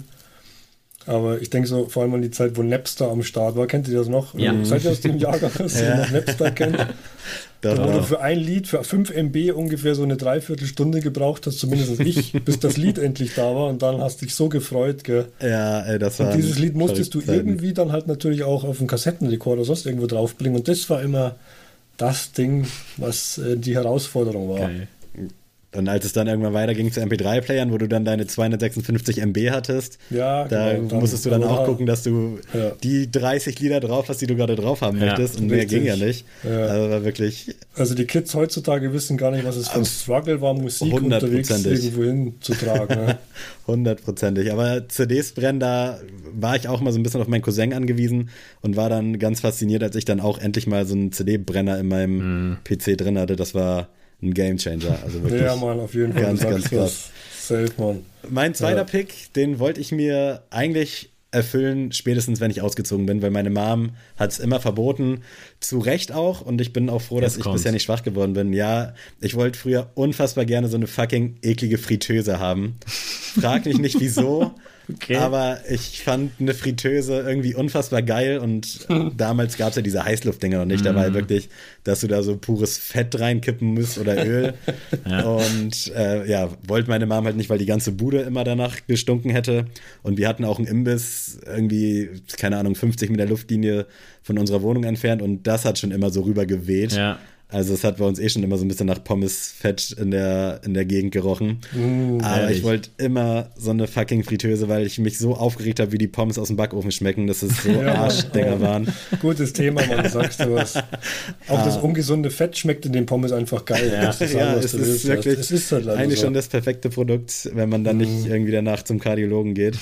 S3: Aber ich denke so, vor allem an die Zeit, wo Napster am Start war. Kennt ihr das noch?
S2: Ja.
S3: Seid ihr aus dem Jahrgang, dass ihr noch Napster kennt? Da wo du für ein Lied, für fünf Megabyte ungefähr so eine Dreiviertelstunde gebraucht hast, zumindest ich, bis das Lied endlich da war und dann hast du dich so gefreut, gell?
S1: Ja, ey, das war.
S3: Und dieses Lied musstest du irgendwie dann halt natürlich auch auf einen Kassettenrekorder oder sonst irgendwo draufbringen und das war immer das Ding, was äh, die Herausforderung war.
S1: Okay. Und als es dann irgendwann weiterging zu M P drei Playern, wo du dann deine zweihundertsechsundfünfzig Megabyte hattest,
S3: ja,
S1: da
S3: genau, dann,
S1: musstest du dann auch
S3: ja.
S1: gucken, dass du ja. die dreißig Lieder drauf hast, die du gerade drauf haben ja, möchtest. Und richtig. Mehr ging ja nicht. Ja. Also war wirklich.
S3: Also die Kids heutzutage wissen gar nicht, was es für ein Struggle war, Musik unterwegs irgendwo hinzutragen. Ne?
S1: Hundertprozentig. Aber C Ds brennen, da war ich auch mal so ein bisschen auf meinen Cousin angewiesen und war dann ganz fasziniert, als ich dann auch endlich mal so einen C D-Brenner in meinem mhm. P C drin hatte. Das war ein Gamechanger. Also wirklich
S3: ja, Mann, auf jeden Fall.
S1: Ganz, ganz krass.
S3: Safe, Mann.
S1: Mein zweiter
S3: ja.
S1: Pick, den wollte ich mir eigentlich erfüllen, spätestens wenn ich ausgezogen bin, weil meine Mom hat es immer verboten, zu Recht auch, und ich bin auch froh, dass
S2: Jetzt
S1: ich
S2: kommt's.
S1: bisher nicht schwach geworden bin. Ja, ich wollte früher unfassbar gerne so eine fucking eklige Fritteuse haben. Frag mich nicht wieso,
S2: Okay.
S1: aber ich fand eine Fritteuse irgendwie unfassbar geil, und damals gab es ja diese Heißluftdinger noch nicht, da war ja wirklich, dass du da so pures Fett reinkippen musst oder Öl.
S2: Ja.
S1: Und äh, ja, wollte meine Mom halt nicht, weil die ganze Bude immer danach gestunken hätte. Und wir hatten auch einen Imbiss irgendwie, keine Ahnung, fünfzig Meter Luftlinie von unserer Wohnung entfernt, und das hat schon immer so rüber geweht.
S2: Ja.
S1: Also es hat bei uns eh schon immer so ein bisschen nach Pommesfett in der, in der Gegend gerochen.
S3: Mm,
S1: Aber
S2: ehrlich.
S1: ich wollte immer so eine fucking Fritteuse, weil ich mich so aufgeregt habe, wie die Pommes aus dem Backofen schmecken, dass es so
S3: Ja,
S1: Arschdinger waren.
S3: Gutes Thema, man, sagst du was. Auch das ungesunde Fett schmeckt in den Pommes einfach geil.
S2: Ja.
S3: Das ist sagen,
S1: Ja,
S3: was
S1: es
S3: du
S1: ist
S3: willst.
S1: wirklich
S3: Es ist halt leider
S1: eigentlich
S3: so.
S1: schon das perfekte Produkt, wenn man dann nicht irgendwie danach zum Kardiologen geht.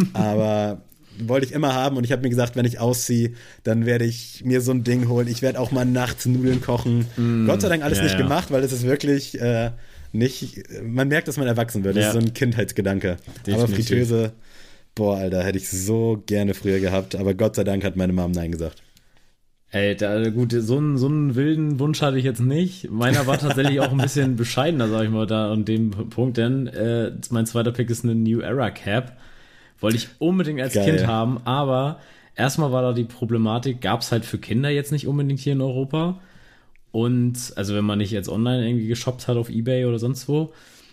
S1: Aber wollte ich immer haben, und ich habe mir gesagt, wenn ich ausziehe, dann werde ich mir so ein Ding holen. Ich werde auch mal nachts Nudeln kochen. Gott sei Dank alles
S2: ja,
S1: nicht
S2: ja.
S1: gemacht, weil es ist wirklich äh, nicht, man merkt, dass man erwachsen wird. Das
S2: Ja.
S1: ist so ein Kindheitsgedanke. Aber
S2: Definitiv.
S1: Fritteuse, boah, Alter, hätte ich so gerne früher gehabt. Aber Gott sei Dank hat meine Mom Nein gesagt.
S2: Ey, da, gut, so einen, so einen wilden Wunsch hatte ich jetzt nicht. Meiner war tatsächlich auch ein bisschen bescheidener, sag ich mal, da an dem Punkt, denn äh, mein zweiter Pick ist eine New Era Cap. Wollte ich unbedingt als
S1: Geil.
S2: Kind haben, aber erstmal war da die Problematik, gab es halt für Kinder jetzt nicht unbedingt hier in Europa. Und, also wenn man nicht jetzt online irgendwie geshoppt hat auf eBay oder sonst wo.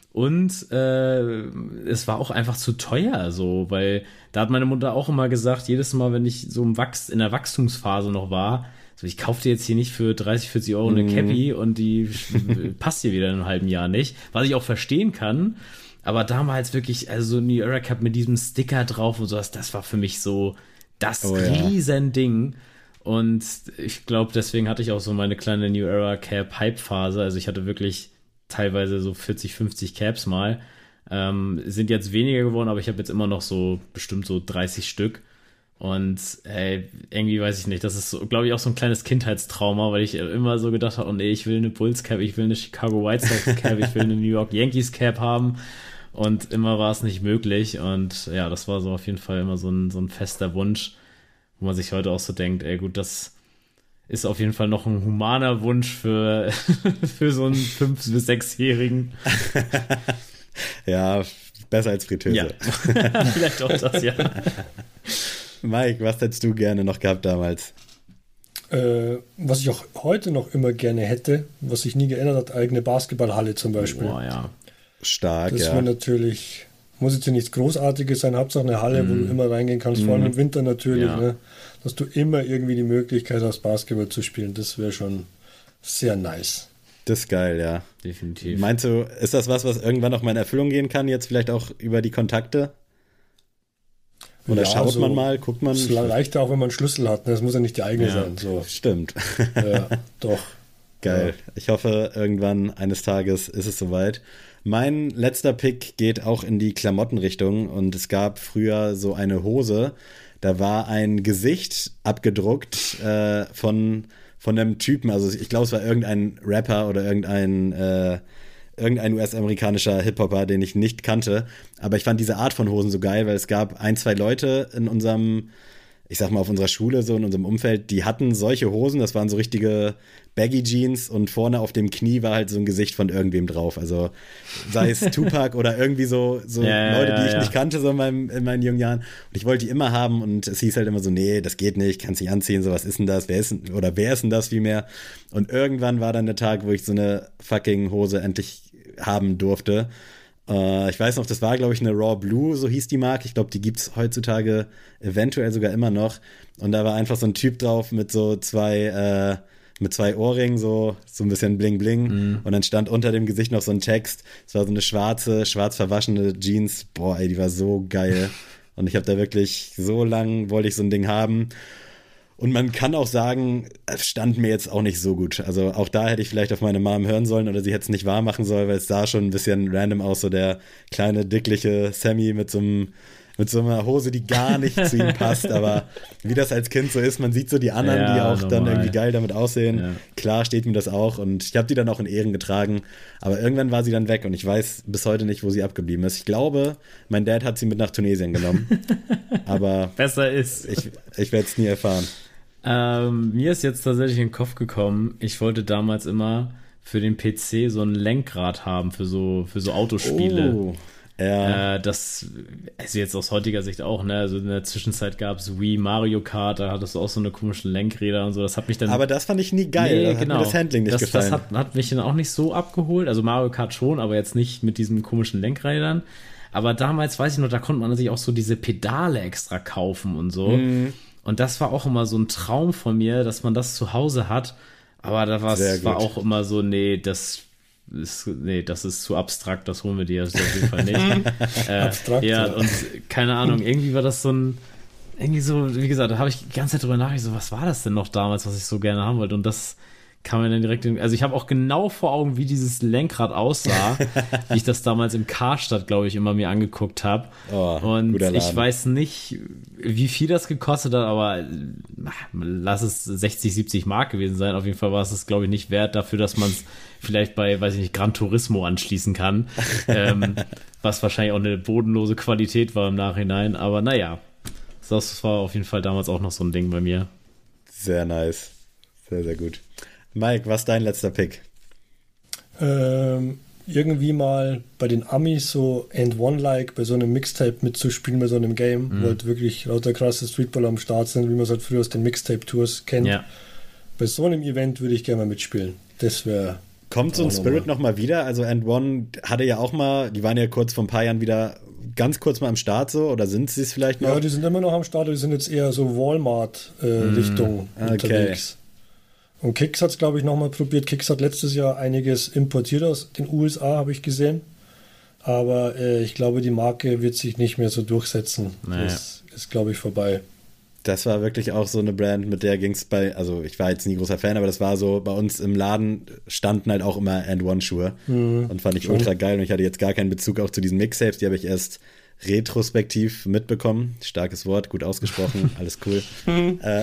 S2: Und äh, es war auch einfach zu teuer, so, weil da hat meine Mutter auch immer gesagt, jedes Mal, wenn ich so im Wachs, in der Wachstumsphase noch war, so, ich kauf dir jetzt hier nicht für dreißig, vierzig Euro eine Cappy und die passt dir wieder in einem halben Jahr nicht, was ich auch verstehen kann. Aber damals wirklich, also so New Era Cup mit diesem Sticker drauf und sowas, das war für mich so das
S1: Oh ja.
S2: Riesending. Und ich glaube, deswegen hatte ich auch so meine kleine New Era Cap Hype-Phase. Also ich hatte wirklich teilweise so vierzig, fünfzig Caps mal. Ähm, sind jetzt weniger geworden, aber ich habe jetzt immer noch so bestimmt so dreißig Stück. Und ey, irgendwie weiß ich nicht, das ist, so, glaube ich, auch so ein kleines Kindheitstrauma, weil ich immer so gedacht habe, oh nee, ich will eine Bulls Cap, ich will eine Chicago White Sox Cap, ich will eine New York Yankees Cap haben. Und immer war es nicht möglich. Und ja, das war so auf jeden Fall immer so ein, so ein fester Wunsch, wo man sich heute auch so denkt, ey gut, das ist auf jeden Fall noch ein humaner Wunsch für, für so einen fünf- bis sechsjährigen.
S1: Ja, besser als Fritteuse.
S2: Ja, vielleicht auch das, ja.
S1: Mike, was hättest du gerne noch gehabt damals?
S3: Äh, was ich auch heute noch immer gerne hätte, was sich nie geändert hat, eigene Basketballhalle zum Beispiel.
S2: Boah, ja.
S1: Stark,
S3: Das
S1: ja.
S3: wäre natürlich, muss jetzt ja nichts Großartiges sein, Hauptsache eine Halle, wo du immer reingehen kannst, vor allem im Winter natürlich,
S2: Ja.
S3: ne? Dass du immer irgendwie die Möglichkeit hast, Basketball zu spielen. Das wäre schon sehr nice.
S1: Das ist geil, ja.
S2: Definitiv.
S1: Meinst du, ist das was, was irgendwann noch mal in Erfüllung gehen kann, jetzt vielleicht auch über die Kontakte? Oder
S3: Ja,
S1: schaut
S3: so-
S1: man mal, guckt man?
S3: Es reicht ja auch, wenn man einen Schlüssel hat. Ne? Das muss ja nicht die eigene
S2: Ja.
S3: sein. So.
S1: Stimmt.
S3: Ja, doch.
S1: Geil. Ich hoffe, irgendwann eines Tages ist es soweit. Mein letzter Pick geht auch in die Klamottenrichtung, und es gab früher so eine Hose, da war ein Gesicht abgedruckt äh, von, von einem Typen, also ich glaube, es war irgendein Rapper oder irgendein, äh, irgendein U S-amerikanischer Hip-Hopper, den ich nicht kannte, aber ich fand diese Art von Hosen so geil, weil es gab ein, zwei Leute in unserem, ich sag mal, auf unserer Schule, so in unserem Umfeld, die hatten solche Hosen, das waren so richtige Baggy-Jeans, und vorne auf dem Knie war halt so ein Gesicht von irgendwem drauf, also sei es Tupac oder irgendwie so, so
S2: Ja,
S1: Leute, die
S2: ja,
S1: ich
S2: ja.
S1: nicht kannte so in, meinem, in meinen jungen Jahren, und ich wollte die immer haben, und es hieß halt immer so, nee, das geht nicht, kannst nicht anziehen, so, was ist denn das, wer ist denn, oder wer ist denn das vielmehr, und irgendwann war dann der Tag, wo ich so eine fucking Hose endlich haben durfte. Uh, ich weiß noch, das war, glaube ich, eine Raw Blue, so hieß die Marke. Ich glaube, die gibt's heutzutage eventuell sogar immer noch. Und da war einfach so ein Typ drauf mit so zwei, äh, mit zwei Ohrringen, so, so ein bisschen bling bling.
S2: Mhm.
S1: Und dann stand unter dem Gesicht noch so ein Text. Es war so eine schwarze, schwarz verwaschene Jeans. Boah, ey, die war so geil. Und ich habe da wirklich so lang, wollte ich so ein Ding haben. Und man kann auch sagen, es stand mir jetzt auch nicht so gut. Also auch da hätte ich vielleicht auf meine Mom hören sollen, oder sie hätte es nicht wahr machen sollen, weil es sah schon ein bisschen random aus, so der kleine, dickliche Sammy mit so einem mit so einer Hose, die gar nicht zu ihm passt, aber wie das als Kind so ist, man sieht so die anderen, ja, die auch normal. Dann irgendwie geil damit aussehen. Ja. Klar steht mir das auch und ich habe die dann auch in Ehren getragen, aber irgendwann war sie dann weg und ich weiß bis heute nicht, wo sie abgeblieben ist. Ich glaube, mein Dad hat sie mit nach Tunesien genommen, aber
S2: besser ist.
S1: Ich, ich werde es nie erfahren.
S2: Ähm, mir ist jetzt tatsächlich in den Kopf gekommen, ich wollte damals immer für den P C so ein Lenkrad haben für so, für so Autospiele.
S1: Oh. Ja.
S2: Äh, das, also jetzt aus heutiger Sicht auch, ne, also in der Zwischenzeit gab es Wii, Mario Kart, da hattest du auch so eine komischen Lenkräder und so, das hat mich dann...
S1: Aber das fand ich nie geil,
S2: nee,
S1: das
S2: genau.
S1: hat mir das Handling nicht
S2: das,
S1: gefallen.
S2: Das hat, hat mich dann auch nicht so abgeholt, also Mario Kart schon, aber jetzt nicht mit diesen komischen Lenkrädern. Aber damals, weiß ich noch, da konnte man sich auch so diese Pedale extra kaufen und so. Mm. Und das war auch immer so ein Traum von mir, dass man das zu Hause hat, aber da war auch immer so, nee, das... Ist, nee, das ist zu abstrakt, das holen wir dir auf jeden Fall nicht. äh, abstrakt, ja, ja, und keine Ahnung, irgendwie war das so ein, irgendwie so, wie gesagt, da habe ich die ganze Zeit drüber nachgedacht, so, was war das denn noch damals, was ich so gerne haben wollte und das kam mir dann direkt, in, also ich habe auch genau vor Augen, wie dieses Lenkrad aussah, wie ich das damals im Karstadt, glaube ich, immer mir angeguckt habe. Oh, und ich weiß nicht, wie viel das gekostet hat, aber lass es sechzig, siebzig Mark gewesen sein. Auf jeden Fall war es das, glaube ich, nicht wert dafür, dass man es vielleicht bei, weiß ich nicht, Gran Turismo anschließen kann, ähm, was wahrscheinlich auch eine bodenlose Qualität war im Nachhinein. Aber naja, das war auf jeden Fall damals auch noch so ein Ding bei mir.
S1: Sehr nice. Sehr, sehr gut. Mike, was ist dein letzter Pick?
S3: Ähm, irgendwie mal bei den Amis so And One-like bei so einem Mixtape mitzuspielen, bei so einem Game, mhm. wo halt wirklich lauter krasse Streetballer am Start sind, wie man es halt früher aus den Mixtape-Tours kennt. Ja. Bei so einem Event würde ich gerne mal mitspielen. Das wäre...
S1: Kommt so ein Spirit nochmal noch wieder? Also And One hatte ja auch mal, die waren ja kurz vor ein paar Jahren wieder ganz kurz mal am Start so, oder sind sie es vielleicht noch?
S3: Ja, die sind immer noch am Start, die sind jetzt eher so Walmart-Richtung äh, mm, okay. unterwegs. Und Kicks hat es, glaube ich, nochmal probiert. Kicks hat letztes Jahr einiges importiert aus den U S A, habe ich gesehen. Aber äh, ich glaube, die Marke wird sich nicht mehr so durchsetzen. Naja. Das ist, glaube ich, vorbei.
S1: Das war wirklich auch so eine Brand, mit der ging es bei, also ich war jetzt nie großer Fan, aber das war so, bei uns im Laden standen halt auch immer And One-Schuhe. Mhm. Und fand ich ultra geil. Und ich hatte jetzt gar keinen Bezug auch zu diesen Mixtapes. Die habe ich erst retrospektiv mitbekommen. Starkes Wort, gut ausgesprochen, alles cool. äh,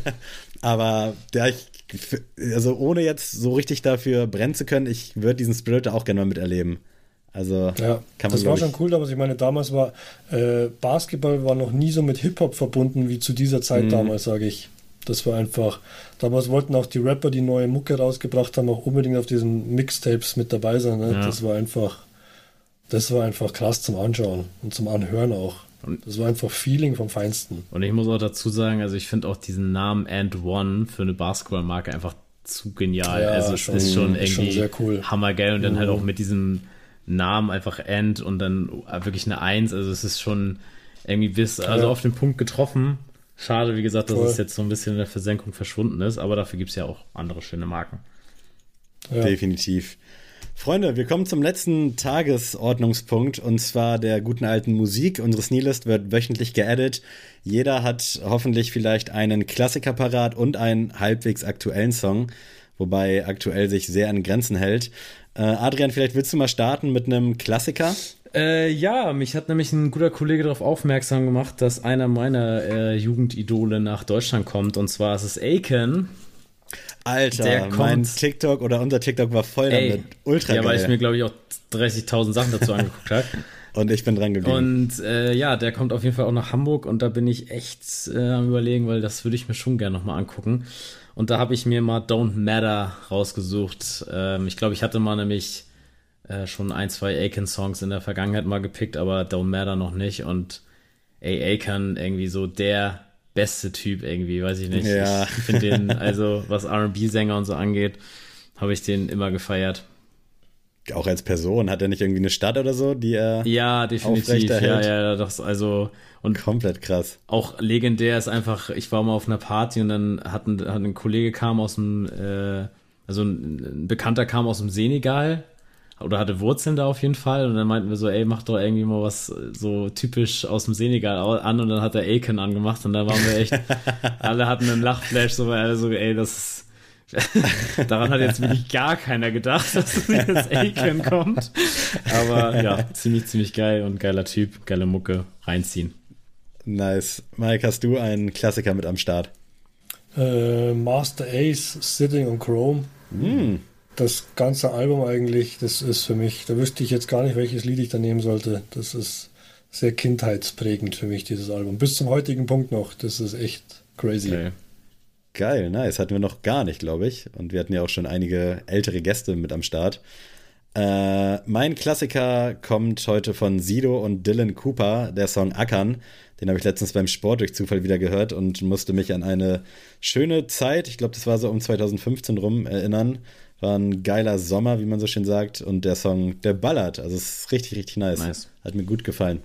S1: aber der ich also ohne jetzt so richtig dafür brennen zu können, ich würde diesen Spirit auch gerne mal miterleben. Also
S3: ja, kann man, das war schon cool, aber ich meine, damals war äh, Basketball war noch nie so mit Hip-Hop verbunden wie zu dieser Zeit mhm. damals, sage ich. Das war einfach, damals wollten auch die Rapper, die neue Mucke rausgebracht haben, auch unbedingt auf diesen Mixtapes mit dabei sein. Ne? Ja. Das war einfach, das war einfach krass zum Anschauen und zum Anhören auch. Das war einfach Feeling vom Feinsten.
S2: Und ich muss auch dazu sagen, also ich finde auch diesen Namen And One für eine Basketballmarke einfach zu genial. Ja, also es schon, ist schon irgendwie schon sehr cool. Hammergeil und dann mhm. halt auch mit diesem Namen einfach And und dann wirklich eine Eins. Also es ist schon irgendwie bis, also ja. auf den Punkt getroffen. Schade, wie gesagt, dass Voll. es jetzt so ein bisschen in der Versenkung verschwunden ist, aber dafür gibt es ja auch andere schöne Marken.
S1: Ja. Definitiv. Freunde, wir kommen zum letzten Tagesordnungspunkt und zwar der guten alten Musik. Unsere Sneelist wird wöchentlich geedit. Jeder hat hoffentlich vielleicht einen Klassiker parat und einen halbwegs aktuellen Song, wobei aktuell sich sehr an Grenzen hält. Äh, Adrian, vielleicht willst du mal starten mit einem Klassiker?
S2: Äh, ja, mich hat nämlich ein guter Kollege darauf aufmerksam gemacht, dass einer meiner äh, Jugendidole nach Deutschland kommt und zwar ist es Akon.
S1: Alter, mein TikTok oder unser TikTok war voll
S2: ey,
S1: damit. Ultra
S2: ja,
S1: geil.
S2: weil ich mir, glaube ich, auch dreißigtausend Sachen dazu angeguckt habe.
S1: Und ich bin dran geblieben.
S2: Und äh, ja, der kommt auf jeden Fall auch nach Hamburg und da bin ich echt äh, am Überlegen, weil das würde ich mir schon gerne nochmal angucken. Und da habe ich mir mal Don't Matter rausgesucht. Ähm, ich glaube, ich hatte mal nämlich äh, schon ein, zwei Akon-Songs in der Vergangenheit mal gepickt, aber Don't Matter noch nicht. Und ey, Akon irgendwie so der beste Typ irgendwie, weiß ich nicht.
S1: Ja.
S2: Ich finde den, also was R und B-Sänger und so angeht, habe ich den immer gefeiert.
S1: Auch als Person, hat er nicht irgendwie eine Stadt oder so, die er
S2: ja, definitiv, ja, ja, das, also und
S1: komplett krass.
S2: Auch legendär ist einfach, ich war mal auf einer Party und dann hat ein, hat ein Kollege kam aus dem, äh, also ein, ein Bekannter kam aus dem Senegal oder hatte Wurzeln da auf jeden Fall und dann meinten wir so, ey, mach doch irgendwie mal was so typisch aus dem Senegal an und dann hat er Akon angemacht und da waren wir echt, alle hatten einen Lachflash, so, weil alle so, ey, das ist daran hat jetzt wirklich gar keiner gedacht, dass jetzt Akon kommt. Aber ja, ziemlich, ziemlich geil und geiler Typ, geile Mucke, reinziehen.
S1: Nice. Mike, hast du einen Klassiker mit am Start?
S3: Äh, Master Ace, Sitting on Chrome.
S1: Mm.
S3: Das ganze Album eigentlich, das ist für mich, da wüsste ich jetzt gar nicht, welches Lied ich da nehmen sollte. Das ist sehr kindheitsprägend für mich, dieses Album. Bis zum heutigen Punkt noch. Das ist echt crazy.
S2: Okay.
S1: Geil, nice. Hatten wir noch gar nicht, glaube ich. Und wir hatten ja auch schon einige ältere Gäste mit am Start. Äh, mein Klassiker kommt heute von Sido und Dylan Cooper, der Song Ackern. Den habe ich letztens beim Sport durch Zufall wieder gehört und musste mich an eine schöne Zeit, ich glaube, das war so um zwanzig fünfzehn rum, erinnern. War ein geiler Sommer, wie man so schön sagt. Und der Song, der ballert. Also es ist richtig, richtig nice.
S2: nice.
S1: Hat mir gut gefallen.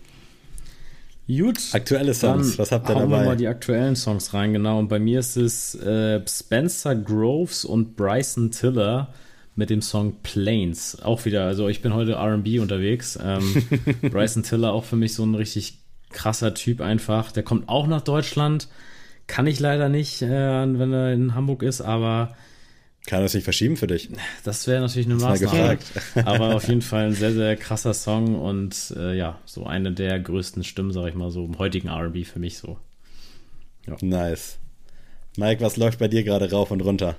S2: Gut.
S1: Aktuelle Songs, was habt ihr
S2: dabei? Hauen
S1: dabei?
S2: wir mal die aktuellen Songs rein, genau. Und bei mir ist es äh, Spencer Groves und Bryson Tiller mit dem Song Plains. Auch wieder, also ich bin heute R and B unterwegs. Ähm, Bryson Tiller auch für mich so ein richtig krasser Typ einfach. Der kommt auch nach Deutschland. Kann ich leider nicht, äh, wenn er in Hamburg ist, aber
S1: kann das nicht verschieben für dich?
S2: Das wäre natürlich eine Maßnahme. Aber auf jeden Fall ein sehr, sehr krasser Song und äh, ja, so eine der größten Stimmen, sag ich mal so, im heutigen R and B für mich so.
S1: Ja. Nice. Mike, was läuft bei dir gerade rauf und runter?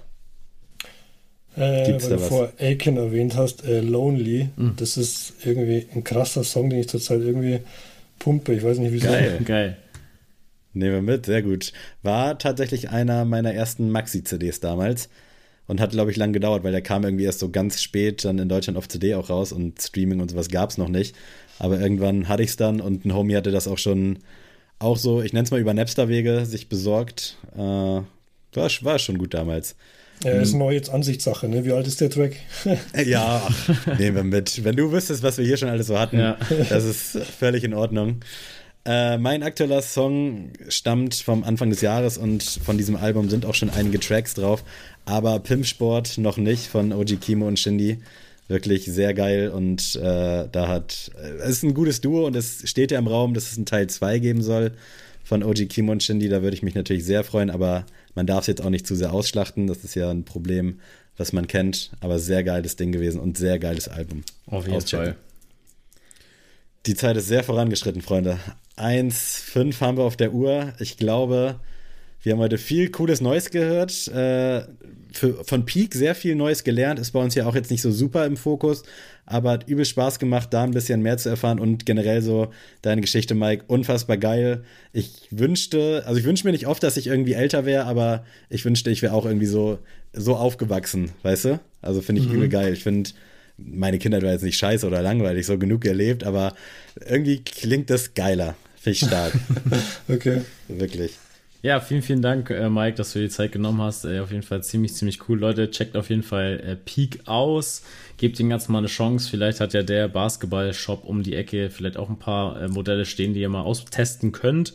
S3: Äh, weil du vorher Aiken erwähnt hast, äh, Lonely, mhm. das ist irgendwie ein krasser Song, den ich zurzeit irgendwie pumpe. Ich weiß nicht, wieso.
S2: Geil, geil.
S1: Nehmen wir mit, sehr gut. War tatsächlich einer meiner ersten Maxi-C Ds damals und hat, glaube ich, lang gedauert, weil der kam irgendwie erst so ganz spät dann in Deutschland auf C D auch raus und Streaming und sowas gab es noch nicht. Aber irgendwann hatte ich es dann und ein Homie hatte das auch schon, auch so, ich nenne es mal über Napster-Wege, sich besorgt. Äh, war, war schon gut damals.
S3: Ja, ist neu jetzt Ansichtssache, ne? Wie alt ist der Track?
S1: Ja, ach, nehmen wir mit. Wenn du wüsstest, was wir hier schon alles so hatten, ja. Das ist völlig in Ordnung. Äh, mein aktueller Song stammt vom Anfang des Jahres und von diesem Album sind auch schon einige Tracks drauf, aber Pimpsport noch nicht von O G Kimo und Shindy. Wirklich sehr geil und äh, da hat, es ist ein gutes Duo und es steht ja im Raum, dass es einen Teil zwei geben soll von O G Kimo und Shindy. Da würde ich mich natürlich sehr freuen, aber man darf es jetzt auch nicht zu sehr ausschlachten. Das ist ja ein Problem, was man kennt, aber sehr geiles Ding gewesen und sehr geiles Album.
S2: Auf jeden Fall.
S1: Die Zeit ist sehr vorangeschritten, Freunde. eins Komma fünf haben wir auf der Uhr. Ich glaube, wir haben heute viel cooles Neues gehört. Äh, für, von Peak sehr viel Neues gelernt. Ist bei uns ja auch jetzt nicht so super im Fokus, aber hat übel Spaß gemacht, da ein bisschen mehr zu erfahren und generell so deine Geschichte, Mike, unfassbar geil. Ich wünschte, also ich wünsche mir nicht oft, dass ich irgendwie älter wäre, aber ich wünschte, ich wäre auch irgendwie so, so aufgewachsen, weißt du? Also finde ich mhm. übel geil. Ich finde, meine Kindheit war jetzt nicht scheiße oder langweilig, so genug erlebt, aber irgendwie klingt das geiler. Finde ich stark.
S3: Okay.
S1: Wirklich.
S2: Ja, vielen, vielen Dank, äh, Mike, dass du dir die Zeit genommen hast. Äh, auf jeden Fall ziemlich, ziemlich cool. Leute, checkt auf jeden Fall äh, Peak aus. Gebt dem Ganzen mal eine Chance. Vielleicht hat ja der Basketball-Shop um die Ecke vielleicht auch ein paar äh, Modelle stehen, die ihr mal austesten könnt.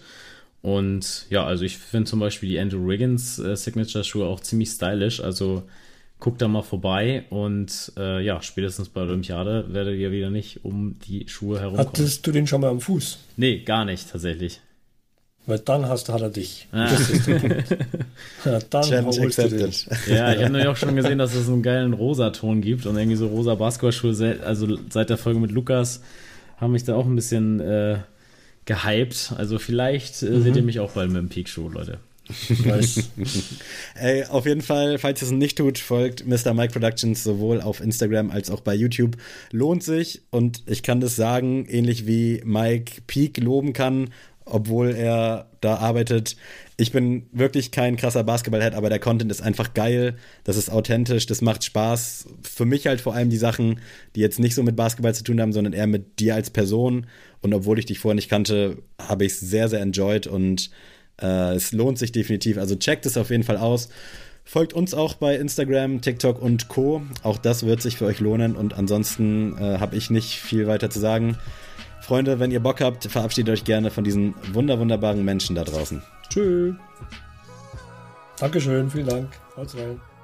S2: Und ja, also ich finde zum Beispiel die Andrew Wiggins äh, Signature-Schuhe auch ziemlich stylisch. Also guckt da mal vorbei und äh, ja, spätestens bei der Olympiade werdet ihr wieder nicht um die Schuhe herumkommen.
S3: Hattest du den schon mal am Fuß?
S2: Nee, gar nicht, tatsächlich.
S3: Weil dann hast, hat er dich.
S2: Ah.
S3: Das ist der Punkt. Ja, dann
S1: Challenge accepted.
S2: Ja, ich habe nämlich auch schon gesehen, dass es einen geilen Rosaton gibt und irgendwie so rosa Basketballschuhe. Also seit der Folge mit Lukas haben mich da auch ein bisschen äh, gehypt. Also vielleicht äh, mhm. seht ihr mich auch bald mit dem Peak-Schuh, Leute.
S3: Nice.
S1: Ey, auf jeden Fall, falls ihr es nicht tut, folgt Mister Mike Productions sowohl auf Instagram als auch bei YouTube. Lohnt sich und ich kann das sagen, ähnlich wie Mike Peak loben kann, obwohl er da arbeitet. Ich bin wirklich kein krasser Basketball-Head, aber der Content ist einfach geil, das ist authentisch, das macht Spaß. Für mich halt vor allem die Sachen, die jetzt nicht so mit Basketball zu tun haben, sondern eher mit dir als Person. Und obwohl ich dich vorher nicht kannte, habe ich es sehr, sehr enjoyed und äh, es lohnt sich definitiv. Also checkt es auf jeden Fall aus. Folgt uns auch bei Instagram, TikTok und Co. Auch das wird sich für euch lohnen und ansonsten äh, habe ich nicht viel weiter zu sagen. Freunde, wenn ihr Bock habt, verabschiedet euch gerne von diesen wunder wunderbaren Menschen da draußen.
S2: Tschüss.
S3: Dankeschön, vielen Dank. Haut rein.